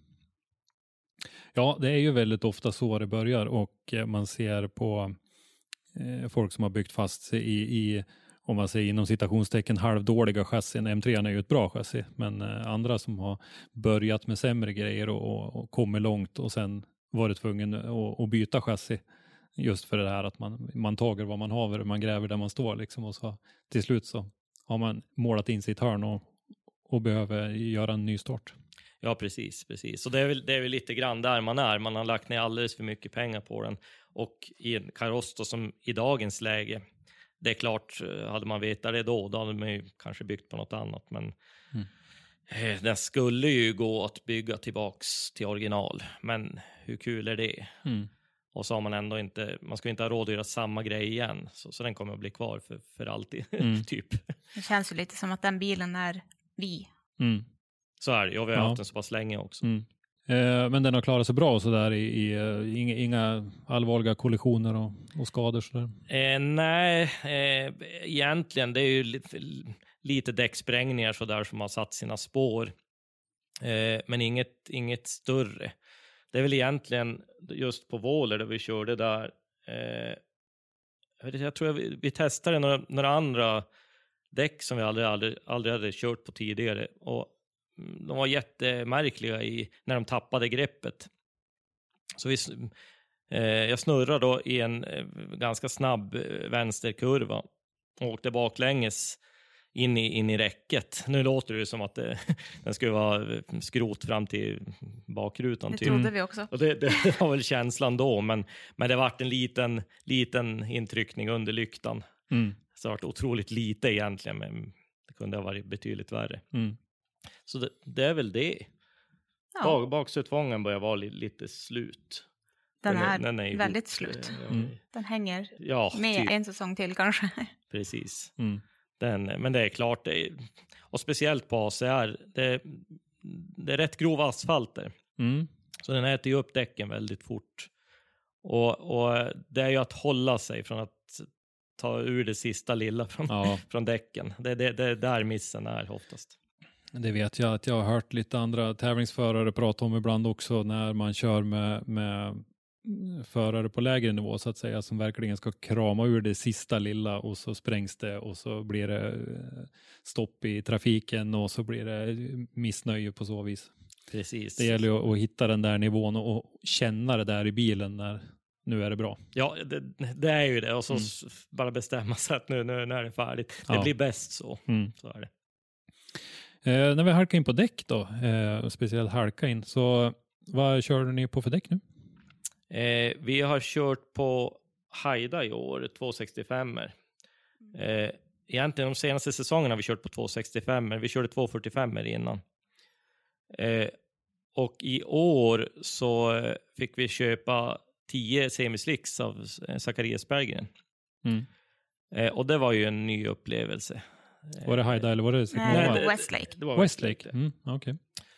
Ja, det är ju väldigt ofta så det börjar. Och man ser på folk som har byggt fast sig i om man säger inom citationstecken halvdåliga chassin. M3 är ju ett bra chassi. Men andra som har börjat med sämre grejer och kommer långt och sen varit tvungen att byta chassi. Just för det här att man tager vad man har, man gräver där man står liksom. Och så till slut så har man målat in sitt hörn och behöver göra en ny start. Ja, precis. Så det är väl lite grann där man är. Man har lagt ner alldeles för mycket pengar på den. Och i en kaross då, som i dagens läge det är klart, hade man vetat det då hade man ju kanske byggt på något annat. Men den skulle ju gå att bygga tillbaks till original. Men hur kul är det? Och så har man ändå inte, man ska inte ha råd att göra samma grej igen. Så den kommer att bli kvar för alltid, typ. Det känns ju lite som att den bilen är vi. Så är det, jag har haft den så pass länge också. Men den har klarat sig bra så där inga allvarliga kollisioner och skador så där. Nej, egentligen det är ju lite däcksprängningar så där som har satt sina spår. Men inget större. Det är väl egentligen just på Våler där vi körde där. Jag tror vi testade några andra däck som vi aldrig hade kört på tidigare. Och de var jättemärkliga när de tappade greppet. Så jag snurrade då i en ganska snabb vänsterkurva. Och åkte baklänges in i räcket. Nu låter det som att den skulle vara skrot fram till bakrutan. Det trodde vi också. Och det var väl känslan då. Men det vart en liten intryckning under lyktan. Så det vart otroligt lite egentligen. Men det kunde ha varit betydligt värre. Så det är väl det. Ja. Baksutfången börjar vara lite slut. Den är väldigt slut. Den hänger med en säsong till kanske. Precis. Men det är klart. Och speciellt på ACR. Det är rätt grova asfalter. Så den äter ju upp däcken väldigt fort. Och det är ju att hålla sig från att ta ur det sista lilla från däcken. Det är där missen är oftast. Det vet jag att jag har hört lite andra tävlingsförare prata om ibland också när man kör med förare på lägre nivå så att säga som verkligen ska krama ur det sista lilla och så sprängs det och så blir det stopp i trafiken och så blir det missnöje på så vis. Precis. Det gäller ju att hitta den där nivån och känna det där i bilen när nu är det bra. Ja, det är ju det och så bara bestämma sig att nu är det färdigt. Det blir bäst så. Så är det. När vi halkar in på däck då, speciellt halka in, så vad kör ni på för däck nu? Vi har kört på Haida i år, 265er. Egentligen de senaste säsongerna har vi kört på 265er. Vi körde 245er innan. Och i år så fick vi köpa 10 semislicks av Zacharias Berggren. Och det var ju en ny upplevelse. Var det Haida eller var det? Nej, Westlake. Det var Westlake. Okej.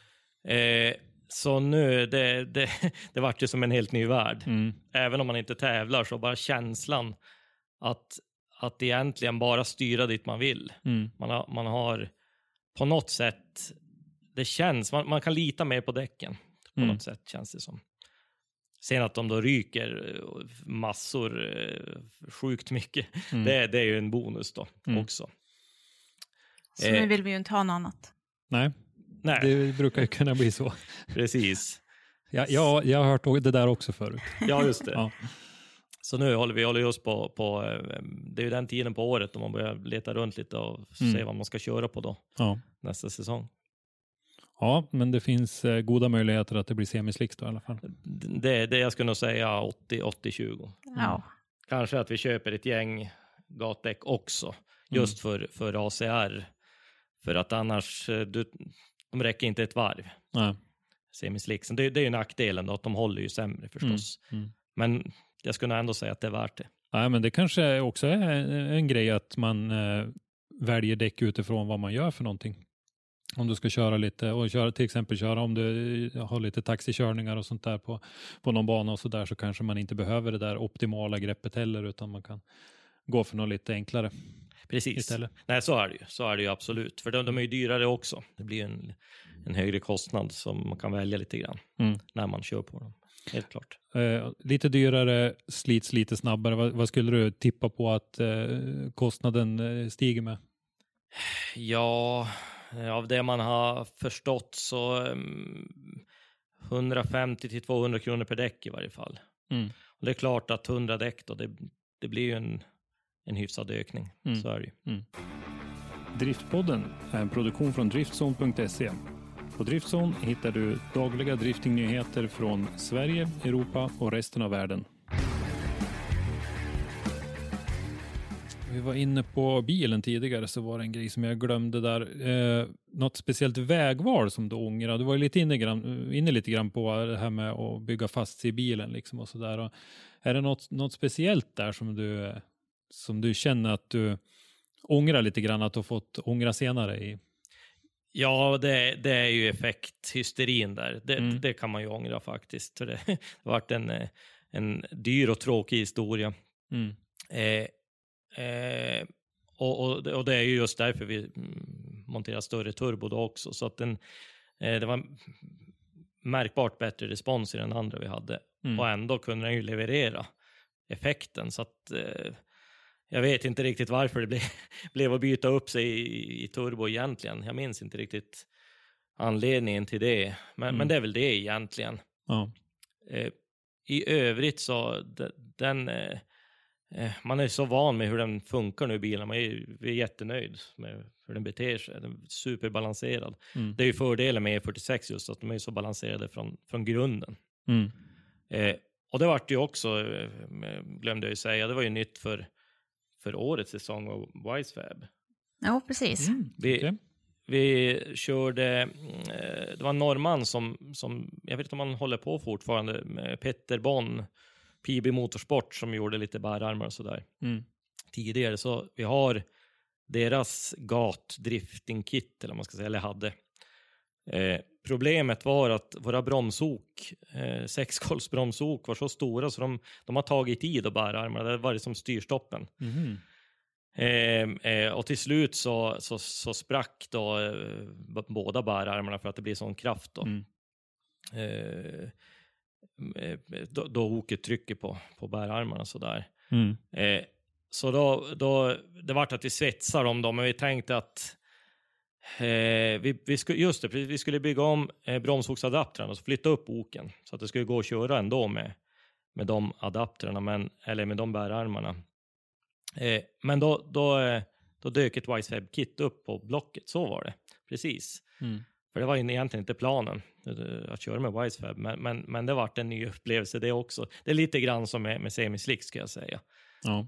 Så nu, det vart ju som en helt ny värld. Även om man inte tävlar så bara känslan att egentligen bara styra dit man vill. Man har på något sätt, det känns, man kan lita mer på däcken. På något sätt känns det som. Sen att de då ryker massor, sjukt mycket. Det är ju en bonus då också. Så nu vill vi ju inte ha något annat. Nej. Det brukar ju kunna bli så. Precis. Ja, jag har hört det där också förut. Ja, just det. Så nu håller vi oss på det är ju den tiden på året då man börjar leta runt lite och se vad man ska köra på då nästa säsong. Ja, men det finns goda möjligheter att det blir semislicks då i alla fall. Det jag skulle nog säga 80-20. Ja. Kanske att vi köper ett gäng gatdäck också. Just för ACR. För att annars, de räcker inte ett varv. Nej. Semislicksen. Det är ju nackdelen då, att de håller ju sämre förstås. Men jag skulle ändå säga att det är värt det. Nej, men det kanske också är en grej att man väljer däck utifrån vad man gör för någonting. Om du ska köra lite och till exempel om du har lite taxikörningar och sånt där på någon bana och så där, så kanske man inte behöver det där optimala greppet heller, utan man kan gå för något lite enklare. Precis. Istället. Nej, så är det ju absolut. För de är ju dyrare också. Det blir en högre kostnad som man kan välja lite grann när man kör på dem. Helt klart. Lite dyrare, slits lite snabbare. Vad skulle du tippa på att kostnaden stiger med? Ja, av det man har förstått så 150-200 kronor per däck i varje fall. Och det är klart att 100 däck då, det blir ju en hyfsad ökning. Så är det ju. Driftpodden är en produktion från driftzone.se. På Driftzone hittar du dagliga driftingnyheter från Sverige, Europa och resten av världen. Vi var inne på bilen tidigare, så var det en grej som jag glömde där. Något speciellt vägval som du ångrar. Du var ju lite inne lite grann på det här med att bygga fast sig i bilen liksom och sådär. Är det något speciellt där som du känner att du ångrar lite grann, att du har fått ångra senare i? Ja, det är ju effekthysterin där. Det kan man ju ångra faktiskt. För det har varit en dyr och tråkig historia. Och det är ju just därför vi monterar större turbo då också. Så att det var märkbart bättre respons i den andra vi hade. Och ändå kunde den ju leverera effekten. Så att jag vet inte riktigt varför det blev att byta upp sig i turbo egentligen. Jag minns inte riktigt anledningen till det. Men det är väl det egentligen. Ja. I övrigt så man är så van med hur den funkar nu i bilen. Vi är jättenöjd med hur den beter sig. Den är superbalanserad. Det är ju fördelen med E46 just att de är så balanserade från grunden. Och det var ju också, glömde jag ju säga, det var ju nytt för årets säsong av Wisefab. Ja, precis. Vi körde, det var en norrman som jag vet inte om han håller på fortfarande, med Petter Bonn, PB Motorsport, som gjorde lite bärarmar och sådär tidigare. Så vi har deras gatdrifting-kit, eller man ska säga, eller hade. Problemet var att våra bromsok, 6-kolvs bromsok, var så stora så de har tagit i då bärarmarna. Det var det som styrstoppen. Och till slut så sprack då båda bärarmarna för att det blir sån kraft då. Då oket trycker på bärarmarna så där. Så då det vart att vi svetsar om dem, men vi tänkte att vi skulle bygga om bromsoksadapterna och flytta upp oken så att det skulle gå att köra ändå med de adapterna, eller med de bärarmarna. Men då dök ett Wisefab-kit upp på blocket, så var det. Precis. För det var egentligen inte planen att köra med Wisefab, men det var en ny upplevelse det också. Det är lite grann som med semislick, ska jag säga. Ja.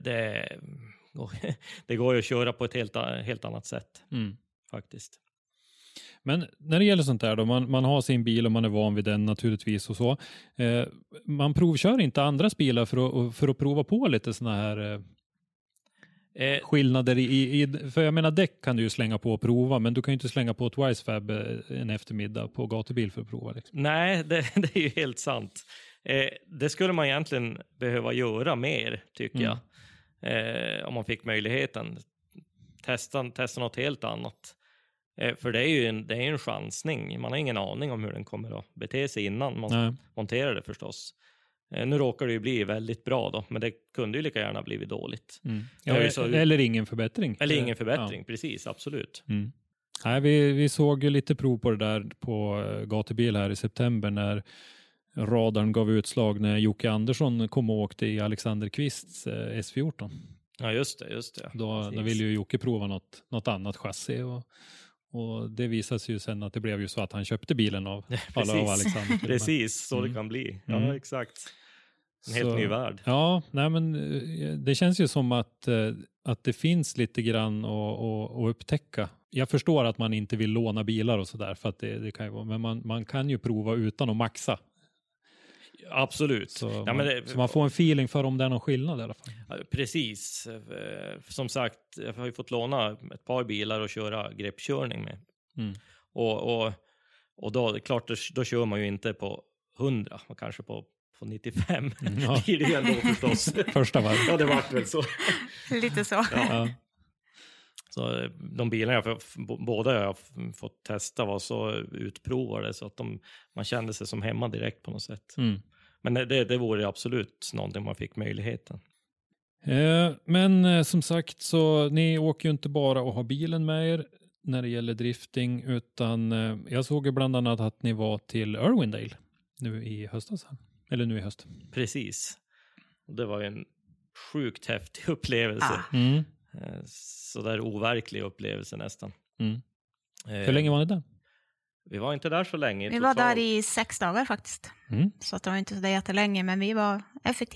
Det går ju att köra på ett helt annat sätt faktiskt. Men när det gäller sånt där då, man har sin bil och man är van vid den naturligtvis och så. Man provkör inte andras bilar för att prova på lite såna här skillnader för jag menar, däck kan du ju slänga på och prova, men du kan ju inte slänga på ett Wisefab en eftermiddag på gatubil för att prova liksom. Nej, det är ju helt sant. Det skulle man egentligen behöva göra mer, tycker jag. Om man fick möjligheten. Testa något helt annat. För det är ju en chansning. Man har ingen aning om hur den kommer att bete sig innan man monterar det förstås. Nu råkar det ju bli väldigt bra då, men det kunde ju lika gärna blivit dåligt. Eller ingen förbättring. Eller ingen förbättring, precis, absolut. Nej, vi såg ju lite prov på det där på gatubil här i september när radarn gav utslag när Jocke Andersson kom och åkte i Alexander Qvists S14. Ja, just det. Då ville ju Jocke prova något annat chassi och det visade sig ju sen att det blev ju så att han köpte bilen av Alexander. Precis, så det kan bli. Ja, exakt. En helt ny värld. Ja, nej men det känns ju som att det finns lite grann att upptäcka. Jag förstår att man inte vill låna bilar och sådär, för att det kan ju vara, men man kan ju prova utan att maxa. Absolut. Så man får en feeling för om det är någon skillnad i alla fall. Ja, precis. Som sagt, jag har ju fått låna ett par bilar och köra greppkörning med. Och då, klart, då kör man ju inte på 100, och kanske på 95. Ja. Det är det ändå förstås. Första varv. Ja, det var väl så. Lite så. Ja. Så de bilarna båda jag har fått testa var så utprovade så att man kände sig som hemma direkt på något sätt. Men det vore absolut någonting man fick möjligheten. Men som sagt, så ni åker ju inte bara och har bilen med er när det gäller drifting, utan jag såg ju bland annat att ni var till Irwindale nu i höstas. Eller nu i höst. Precis. Det var ju en sjukt häftig upplevelse. Så där overklig upplevelse nästan. Hur länge var ni där? Vi var inte där så länge. Vi var där i 6 dagar faktiskt. Så att det var inte så jättelänge, men vi var effektiva.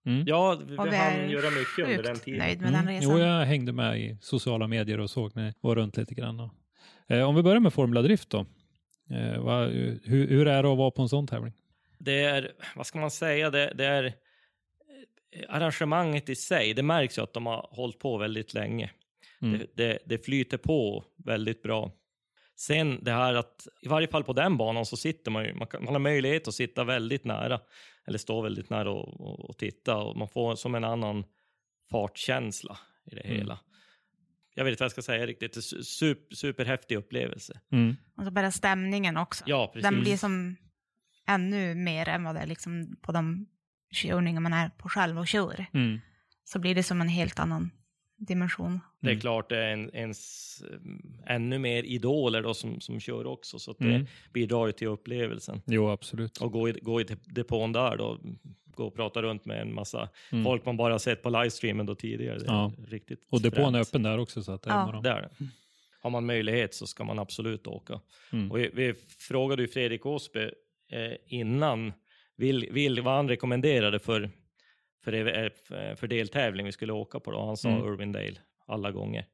Ja, vi Och vi hann är göra mycket under den sjukt tiden. nöjd med den resan. Jo, jag hängde med i sociala medier och såg när jag var runt lite grann. Om vi börjar med Formula Drift då. Hur är det att vara på en sån tävling? Det är, vad ska man säga, det är arrangemanget i sig. Det märks ju att de har hållit på väldigt länge. Det flyter på väldigt bra. Sen det här att, i varje fall på den banan så sitter man har möjlighet att sitta väldigt nära. Eller stå väldigt nära och titta. Och man får som en annan fartkänsla i det hela. Jag vet inte vad jag ska säga riktigt. Det är superhäftig upplevelse. Och så bara stämningen också. Ja, precis. Den blir som ännu mer än vad det är liksom på de körningar man är på själv och kör. Så blir det som en helt annan dimension. Det är klart det är ens ännu mer idoler då som kör också. Så att det bidrar ju till upplevelsen. Jo, absolut. Och gå i depån där då. Gå och prata runt med en massa folk man bara har sett på livestreamen då tidigare. Det är riktigt och depån främt. är öppen där också. Så att det är Där. Har man möjlighet så ska man absolut åka. Och vi frågade ju Fredrik Åsby innan vad han rekommenderade för deltävling vi skulle åka på då. Han sa Irvindale alla gånger.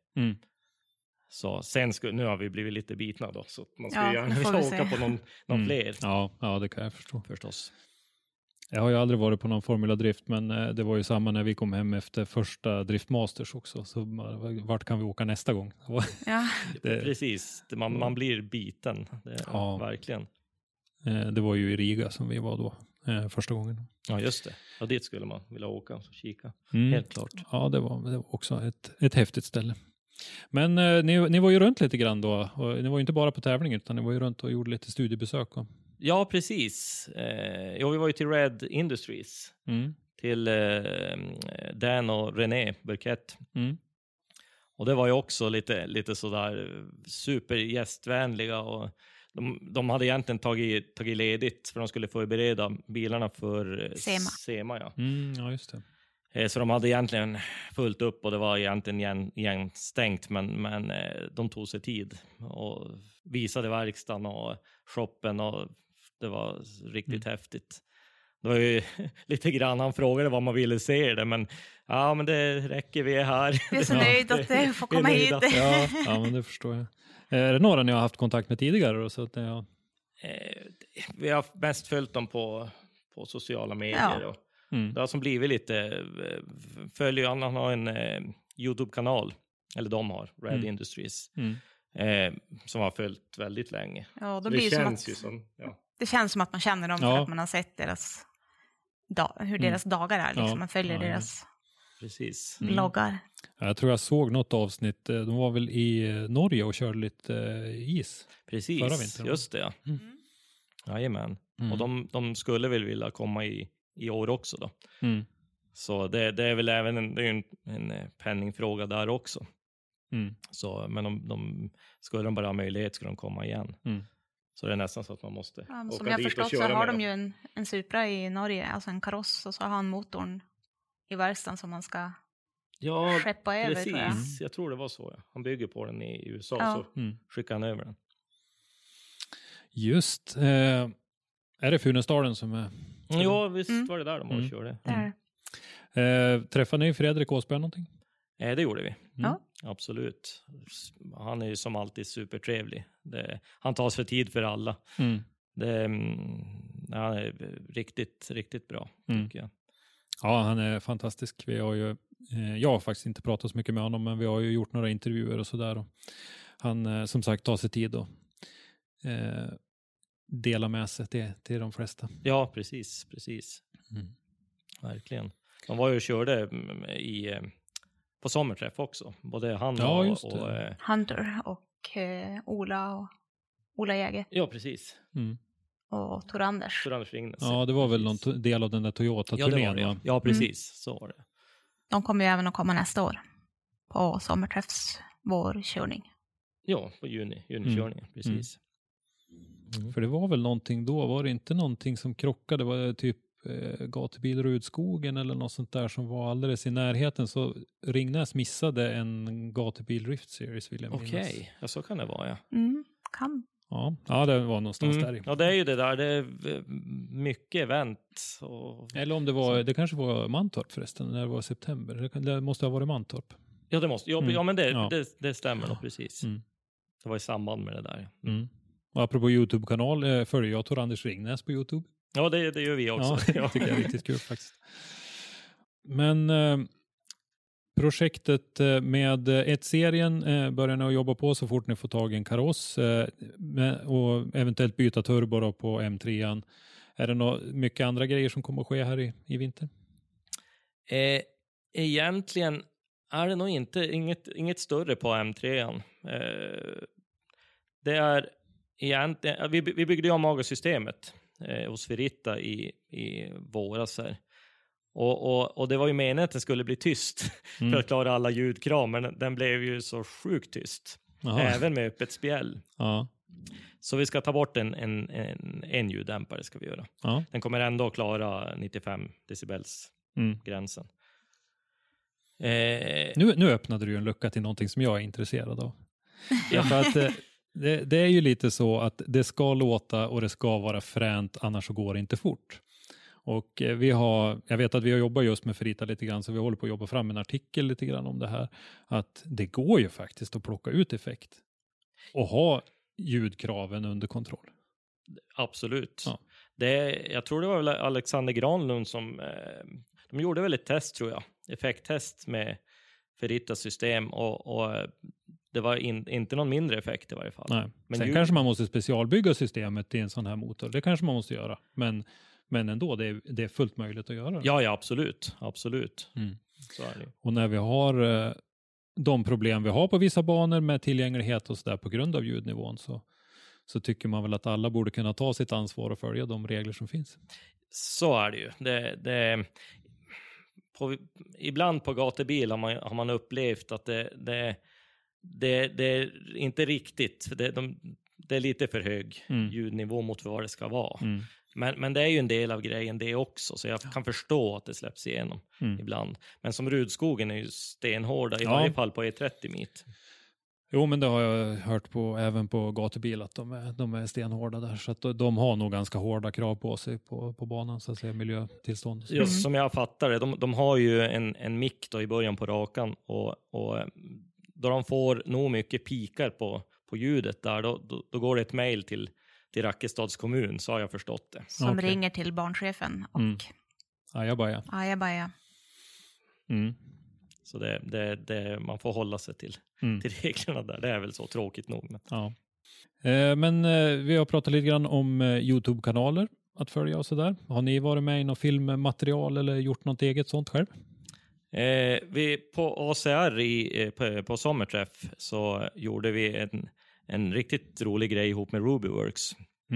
Så sen nu har vi blivit lite bitna då. Så man skulle gärna vilja åka på någon fler. Ja, det kan jag förstå. Förstås. Jag har ju aldrig varit på någon Formula Drift, men det var ju samma när vi kom hem efter första Drift Masters också. Så vart kan vi åka nästa gång? Ja. Precis, man blir biten. Verkligen. Det var ju i Riga som vi var då första gången. Ja, just det. Ja, dit skulle man vilja åka och kika. Helt klart. Ja, det var också ett häftigt ställe. Men ni var ju runt lite grann då. Och ni var ju inte bara på tävlingen utan ni var ju runt och gjorde lite studiebesök. Ja, precis. Vi var ju till Red Industries. Till Dan och René Burkett. Och det var ju också lite sådär supergästvänliga. Och de hade egentligen tagit ledigt för de skulle förbereda bilarna för SEMA. Ja, just det. Så de hade egentligen fullt upp och det var egentligen igen stängt. Men de tog sig tid och visade verkstaden och shoppen och det var riktigt häftigt. Det var ju lite grann, han frågade vad man ville se det, men men det räcker, vi är här. Vi är så nöjda att det får komma hit. Ja, men det förstår jag. Är det några ni har haft kontakt med tidigare? Så att vi har mest följt dem på sociala medier. Och det har som blivit lite, han har en YouTube-kanal, eller de har, Red Industries, som har följt väldigt länge. Ja, då blir det känns som det känns som att man känner dem för att man har sett deras hur deras dagar är. Liksom. Man följer deras bloggar. Jag tror jag såg något avsnitt. De var väl i Norge och körde lite is. Precis, förra vintern. Just det. Jajamän. Och de skulle väl vilja komma i år också då. Så det är väl även en penningfråga där också. Så, men de skulle de bara ha möjlighet skulle de komma igen. Så det är nästan så att man måste åka som jag dit förstått och köra så har med de ju en Supra i Norge, alltså en kaross, och så har han motorn i verkstaden som man ska skeppa över. Precis. Jag tror det var så. Ja. Han bygger på den i USA så skickar han över den. Just. Är det Funäsdalen som är? Ja, visst var det där de var och körde. Träffade ni Fredrik Åsberg någonting? Det gjorde vi. Absolut. Han är ju som alltid supertrevlig. Han tar sig tid för alla. Han är riktigt, riktigt bra, tycker jag. Ja, han är fantastisk. Jag har faktiskt inte pratat så mycket med honom, men vi har ju gjort några intervjuer och sådär. Han som sagt tar sig tid och delar med sig till de flesta. Ja, precis. Verkligen. De var ju och körde på sommarträff också. Både han och Hunter och Ola Jäger. Ja, precis. Och Tor Anders Ringnes. Ja, det var väl någon del av den där Toyota-turnén. Ja, precis. Så var det. De kommer ju även att komma nästa år på sommarträffs vårkörning. Ja, på junikörningen, precis. För det var väl någonting då, var det inte någonting som krockade, var det typ gatubil Rudskogen eller något sånt där som var alldeles i närheten, så Ringnäs missade en gatubil Rift Series, vill jag minnas. Okej, ja, så kan det vara, ja. Kan. Ja, det var någonstans där. Ja, det är ju det där. Det är mycket event. Eller om det kanske var Mantorp förresten, när det var september. Det måste ha varit Mantorp. Ja, det måste. Ja, men det stämmer då precis. Mm. Det var i samband med det där. Mm. Och apropå YouTube-kanal, följer jag Tor Anders Ringnäs på YouTube. Ja, det gör vi också. Ja, det tycker jag är riktigt kul faktiskt. Men projektet med ett-serien börjar ni att jobba på så fort ni får tag i en kaross och eventuellt byta turbo då på M3. Är det mycket andra grejer som kommer att ske här i vinter? Egentligen är det nog inget större på M3. Det är egentligen, vi byggde ju om magasystemet hos Veritta i våras här. Och det var ju meningen att den skulle bli tyst för att klara alla ljudkrav, men den blev ju så sjukt tyst. Aha. Även med öppet spjäll. Ja. Så vi ska ta bort en ljuddämpare ska vi göra. Ja. Den kommer ändå att klara 95 decibels gränsen. Nu öppnade du ju en lucka till någonting som jag är intresserad av. Ja. För att det är ju lite så att det ska låta och det ska vara fränt, annars så går det inte fort. Och jag vet att vi har jobbat just med Veritta lite grann, så vi håller på att jobba fram en artikel lite grann om det här. Att det går ju faktiskt att plocka ut effekt och ha ljudkraven under kontroll. Absolut. Ja. Jag tror det var väl Alexander Granlund som de gjorde väl ett test tror jag. Effekttest med Verittas system och det var inte någon mindre effekt i varje fall. Nej. Men sen kanske man måste specialbygga systemet i en sån här motor. Det kanske man måste göra. Men ändå, det är fullt möjligt att göra. Ja, absolut. Mm. Så är det. Och när vi har de problem vi har på vissa banor med tillgänglighet och sådär på grund av ljudnivån så tycker man väl att alla borde kunna ta sitt ansvar och följa de regler som finns. Så är det ju. Ibland på gatubil har man upplevt att det är inte riktigt. Det är lite för hög ljudnivå mot vad det ska vara. Mm. Men det är ju en del av grejen det också. Så jag kan förstå att det släpps igenom ibland. Men som Rudskogen är ju stenhårda i varje fall på E30 mitt. Jo, men det har jag hört även på gatubil att de är stenhårda där. Så att de har nog ganska hårda krav på sig på banan, så att säga, miljötillstånd. Just som jag fattar det. De har ju en mick då i början på rakan. Och då de får nog mycket pikar på ljudet där, då går det ett mejl till Rackestads kommun, så har jag förstått det. Som ringer till barnchefen och Ajabaja. Mm. Så det man får hålla sig till reglerna där. Det är väl så tråkigt nog. Men. Ja. Men vi har pratat lite grann om YouTube-kanaler att följa och sådär. Har ni varit med i något filmmaterial eller gjort något eget sånt själv? Vi på ACR på sommarträff så gjorde vi en riktigt rolig grej ihop med Rubyworks.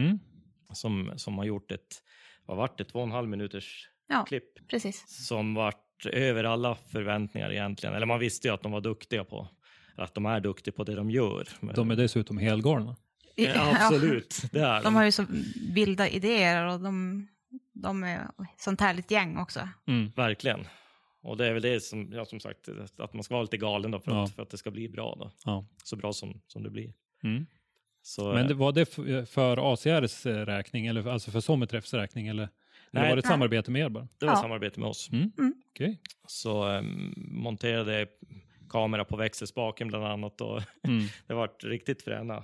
Som har gjort ett 2,5 minuters klipp. Precis. Som vart över alla förväntningar egentligen. Eller man visste ju att de var duktiga på, att de är duktiga på det de gör. De är dessutom helgalna. Absolut, det är de har ju så vilda idéer och de är sånt härligt gäng också. Verkligen. Och det är väl det som sagt, att man ska vara lite galen då för att det ska bli bra då. Ja. Så bra som det blir. Så, men var det för ACRs räkning eller alltså för Sommarträffs räkning eller var det ett samarbete med er bara? Det var ett samarbete med oss. Okay. Så monterade kamera på växelspaken bland annat och det var riktigt fräna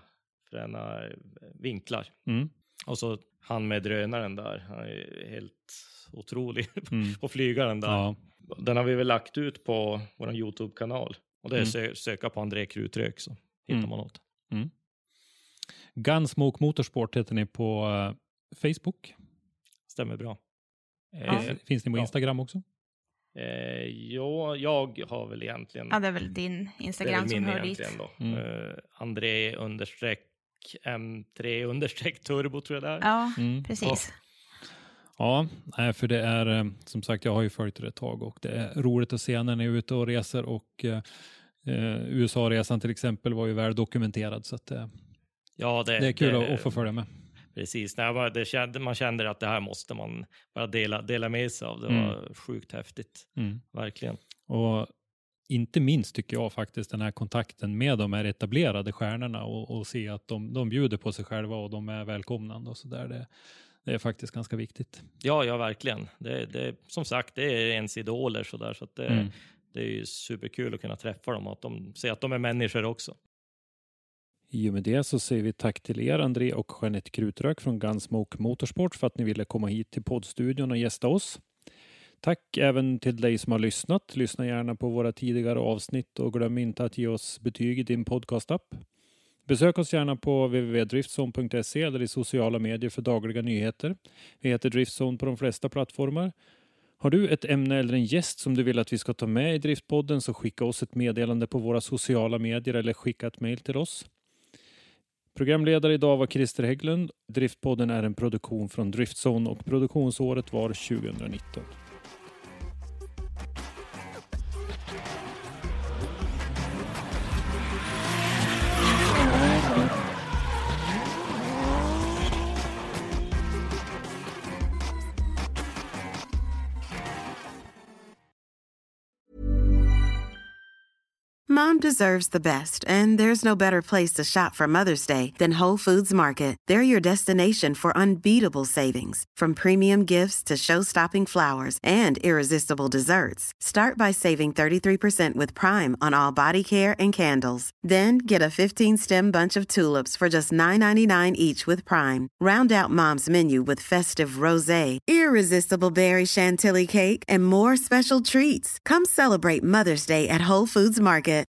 vinklar. Och så han med drönaren där, han är helt otrolig på flygaren där. Ja. Den har vi väl lagt ut på vår YouTube-kanal. Och det är söka på André Krutrök så hittar man något. Gunsmoke Motorsport heter ni på Facebook. Stämmer bra. Finns ni på Instagram också? Ja, jag har väl egentligen... Ja, det är väl din Instagram som hör dit. André M3 Turbo tror jag det är. Ja, precis. Ja, för det är som sagt, jag har ju följt det ett tag och det är roligt att se när ni är ute och reser och USA-resan till exempel var ju väl dokumenterad så att det är kul att få följa med. Precis, man kände att det här måste man bara dela med sig av. Det var sjukt häftigt, verkligen. Och inte minst tycker jag faktiskt den här kontakten med de här etablerade stjärnorna och se att de bjuder på sig själva och de är välkomnande och så där. Det är faktiskt ganska viktigt. Ja, verkligen. Det som sagt, det är ens idoler så där, så att det är ju superkul att kunna träffa dem och att de ser att de är människor också. I och med det så säger vi tack till er André och Jeanette Krutrök från Gunsmoke Motorsport för att ni ville komma hit till poddstudion och gästa oss. Tack även till dig som har lyssnat. Lyssna gärna på våra tidigare avsnitt och glöm inte att ge oss betyg i din podcastapp. Besök oss gärna på www.driftzone.se eller i sociala medier för dagliga nyheter. Vi heter Driftzone på de flesta plattformar. Har du ett ämne eller en gäst som du vill att vi ska ta med i Driftpodden så skicka oss ett meddelande på våra sociala medier eller skicka ett mejl till oss. Programledare idag var Christer Hägglund. Driftpodden är en produktion från Driftzone och produktionsåret var 2019. Mom deserves the best, and there's no better place to shop for Mother's Day than Whole Foods Market. They're your destination for unbeatable savings, from premium gifts to show-stopping flowers and irresistible desserts. Start by saving 33% with Prime on all body care and candles. Then get a 15-stem bunch of tulips for just $9.99 each with Prime. Round out Mom's menu with festive rosé, irresistible berry chantilly cake, and more special treats. Come celebrate Mother's Day at Whole Foods Market.